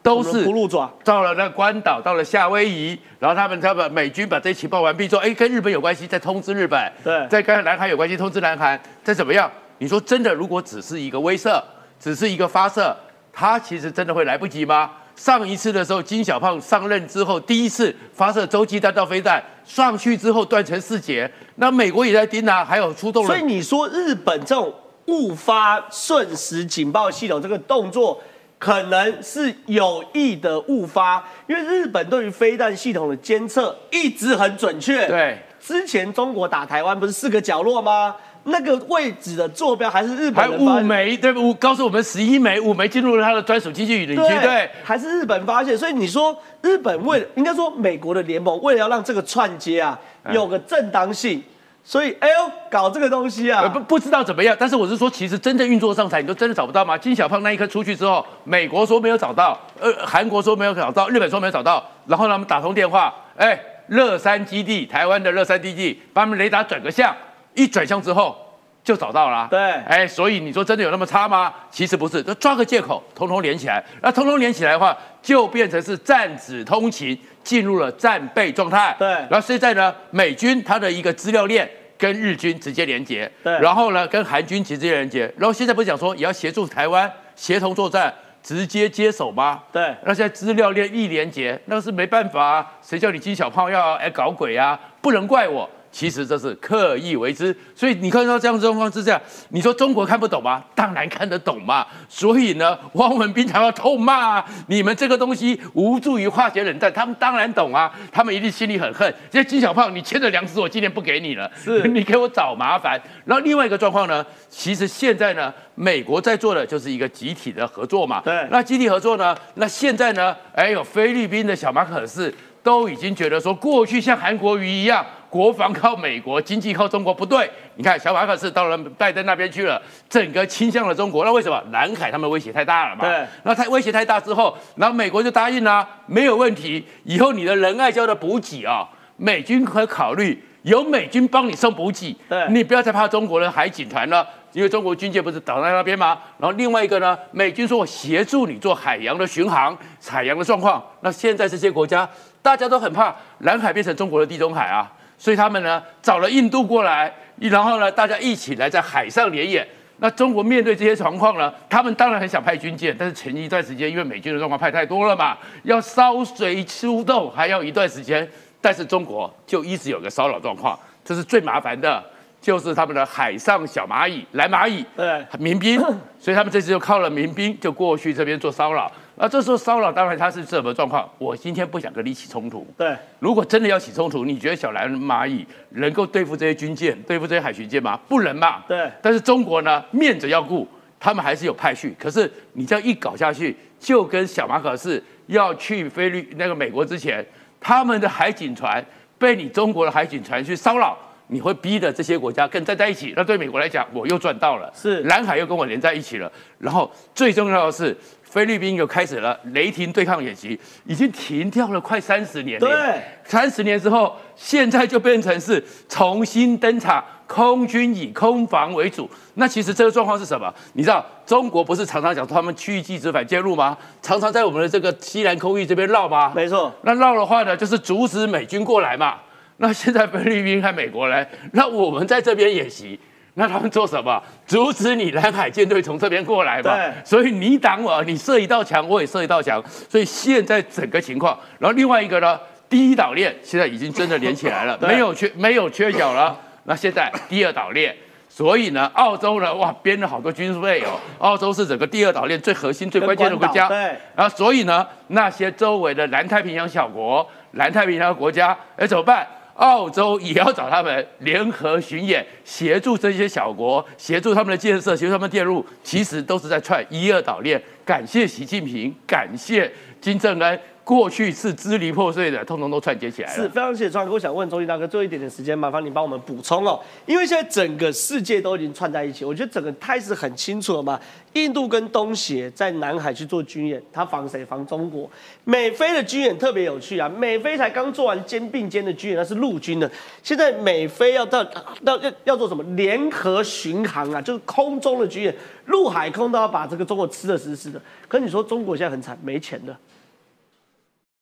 都是葫芦爪， 到了那关岛，到了夏威夷，然后他们他们美军把这些情报完毕之后，哎，跟日本有关系，再通知日本， 对， 再跟南韩有关系，通知南韩，再怎么样？你说真的，如果只是一个威慑，只是一个发射，它其实真的会来不及吗？上一次的时候，金小胖上任之后，第一次发射洲际弹道飞弹上去之后断成四节，那美国也在盯啊，还有出动了。 所以你说日本这种误发瞬时警报系统这个动作，可能是有意的误发，因为日本对于飞弹系统的监测一直很准确。 对， 之前中国打台湾不是四个角落吗？那个位置的坐标还是日本还五枚，对五告诉我们十一枚，五枚进入了它的专属经济领域，对， 还是日本发现。所以你说日本为了，应该说美国的联盟为了要让这个串接啊有个正当性，所以哎呦搞这个东西啊， 不不知道怎么样。但是我是说，其实真正运作上台，你都真的找不到吗？金小胖那一颗出去之后，美国说没有找到，呃，韩国说没有找到，日本说没有找到，然后他们打通电话，哎，乐山基地，台湾的乐山基地，把他们雷达转个向。一转向之后就找到了、啊， 对， 哎，所以你说真的有那么差吗？其实不是，就抓个借口，通通连起来。那通通连起来的话，就变成是战指通勤进入了战备状态。 对， 然后现在呢，美军它的一个资料链跟日军直接连接， 对， 然后呢跟韩军直接连接，然后现在不是讲说也要协助台湾协同作战，直接接手吗？ 对， 那现在资料链一连接，那是没办法啊，谁叫你金小胖要哎搞鬼啊？不能怪我。其实这是刻意为之，所以你看到这样的状况之下，你说中国看不懂吗？当然看得懂嘛。所以呢，汪文斌才要痛骂啊！你们这个东西无助于化解冷战，他们当然懂啊，他们一定心里很恨。现在金小胖，你欠的粮食我今年不给你了， 是你给我找麻烦。然后另外一个状况呢，其实现在呢，美国在做的就是一个集体的合作嘛。 对， 那集体合作呢，那现在呢，哎有菲律宾的小马可仕都已经觉得说，过去像韩国瑜一样。国防靠美国，经济靠中国，不对。你看，小马可仕到了拜登那边去了，整个倾向了中国。那为什么？南海他们威胁太大了嘛。 对。 那他威胁太大之后，然后美国就答应了，没有问题。以后你的仁爱礁的补给啊，美军可考虑由美军帮你送补给。 对。 你不要再怕中国的海警船了，因为中国军舰不是倒在那边吗？然后另外一个呢，美军说我协助你做海洋的巡航，海洋的状况。那现在这些国家大家都很怕南海变成中国的地中海啊。所以他们呢找了印度过来，然后呢大家一起来在海上联演。那中国面对这些状况呢，他们当然很想派军舰，但是前一段时间因为美军的状况派太多了嘛，要烧水出动还要一段时间。但是中国就一直有个骚扰状况，这是最麻烦的，就是他们的海上小蚂蚁、蓝蚂蚁、 对民兵，所以他们这次就靠了民兵就过去这边做骚扰。那这时候骚扰，当然它是什么状况？我今天不想跟你起冲突。 对， 如果真的要起冲突，你觉得小蓝蚂蚁能够对付这些军舰、对付这些海巡舰吗？不能嘛。 对。 但是中国呢，面子要顾，他们还是有派去。可是你这样一搞下去，就跟小马可仕要去菲律那个美国之前，他们的海警船被你中国的海警船去骚扰。你会逼的这些国家更站在一起，那对美国来讲，我又赚到了， 是南海又跟我连在一起了。然后最重要的是，菲律宾又开始了雷霆对抗演习，已经停掉了快三十年了。 对， 三十年之后，现在就变成是重新登场，空军以空防为主。那其实这个状况是什么？你知道中国不是常常讲说他们区域拒止反介入吗？常常在我们的这个西南空域这边绕吗？ 没错。 那绕的话呢，就是阻止美军过来嘛。那现在菲律宾和美国呢？那我们在这边演习，那他们做什么？阻止你南海舰队从这边过来嘛？ 对。 所以你挡我，你设一道墙，我也设一道墙。所以现在整个情况，然后另外一个呢，第一岛链现在已经真的连起来了，没有缺没有缺角了。那现在第二岛链，所以呢，澳洲呢，哇，编了好多军费哦。澳洲是整个第二岛链最核心、最关键的国家。 对。 然后所以呢，那些周围的南太平洋小国、南太平洋国家，哎，怎么办？澳洲也要找他们联合巡演，协助这些小国，协助他们的建设，协助他们电路，其实都是在串一二岛链。感谢习近平，感谢金正恩，过去是支离破碎的，通通都串接起来了。 是非常谢谢川哥，我想问周毅大哥，最后一点点时间，麻烦你帮我们补充哦。因为现在整个世界都已经串在一起，我觉得整个态势很清楚了嘛。印度跟东协在南海去做军演，他防谁？防中国。美菲的军演特别有趣啊，美菲才刚做完肩并肩的军演，那是陆军的。现在美菲要到要要要做什么？联合巡航啊，就是空中的军演，陆海空都要把这个中国吃的死死的。可你说中国现在很惨，没钱了。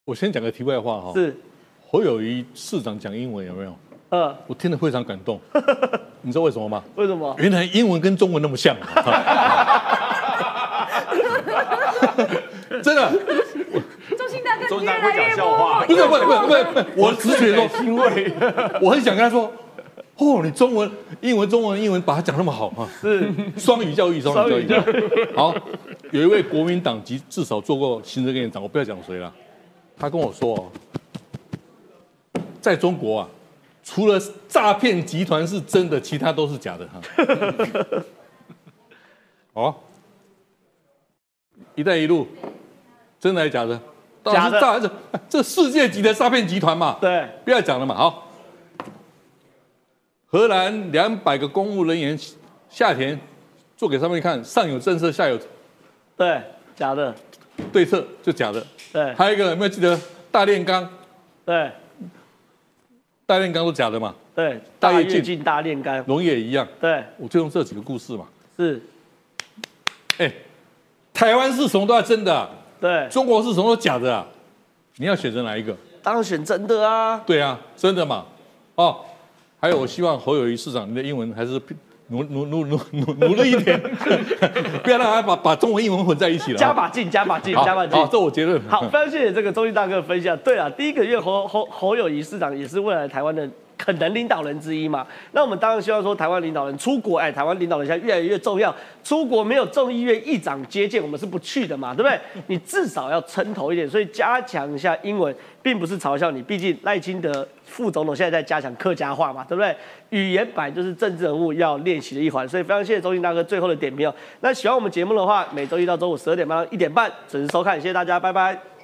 我先讲个题外话哈。 是。 侯友宜市长讲英文有没有？ 嗯。 我听得非常感动。你知道为什么吗？ 为什么？ 原来英文跟中文那么像。真的。 中兴大哥， 中兴大哥会讲笑话。 不是不是不是不是，我直觉说欣慰，我很想跟他说。哦，你中文、英文、中文、英文把它讲那么好啊！ 是双语教育，双语教育。好，有一位国民党籍至少做过行政院长，我不要讲谁了。他跟我说哦，在中国啊，除了诈骗集团是真的，其他都是假的哈。哦，一带一路，真的还是假的？ 假的， 诈这这世界级的诈骗集团嘛。 对， 不要讲了嘛。好。荷兰两百个公务人员下田做给上面看，上有政策，下有对假的对策，就假的。 对， 还有一个有没有记得大炼钢？ 对， 大炼钢都假的嘛。 对，大跃进、大炼钢， 农业也一样。 对， 我就用这几个故事嘛。 是， 哎，台湾是什么都要真的、啊， 对， 中国是什么都假的啊？你要选择哪一个？ 当然选真的啊。 对啊，真的嘛。哦。还有，我希望侯友宜市长，你的英文还是努努努努努努力一点，不要让他把把中文、英文混在一起了。 加把劲，加把劲，加把劲。 好，这我结论。 好，非常谢谢这个中兴大哥的分享。对啊，第一个月侯侯侯友宜市长也是未来台湾的可能领导人之一嘛。那我们当然希望说，台湾领导人出国，哎，台湾领导人现在越来越重要。出国没有众议院议长接见，我们是不去的嘛，对不对？你至少要撑头一点，所以加强一下英文，并不是嘲笑你，毕竟赖清德副总统现在在加强客家话嘛，对不对？语言本来就是政治人物要练习的一环，所以非常谢谢中兴大哥最后的点评哦。那喜欢我们节目的话，每周一到周五十二点半到一点半准时收看，谢谢大家，拜拜。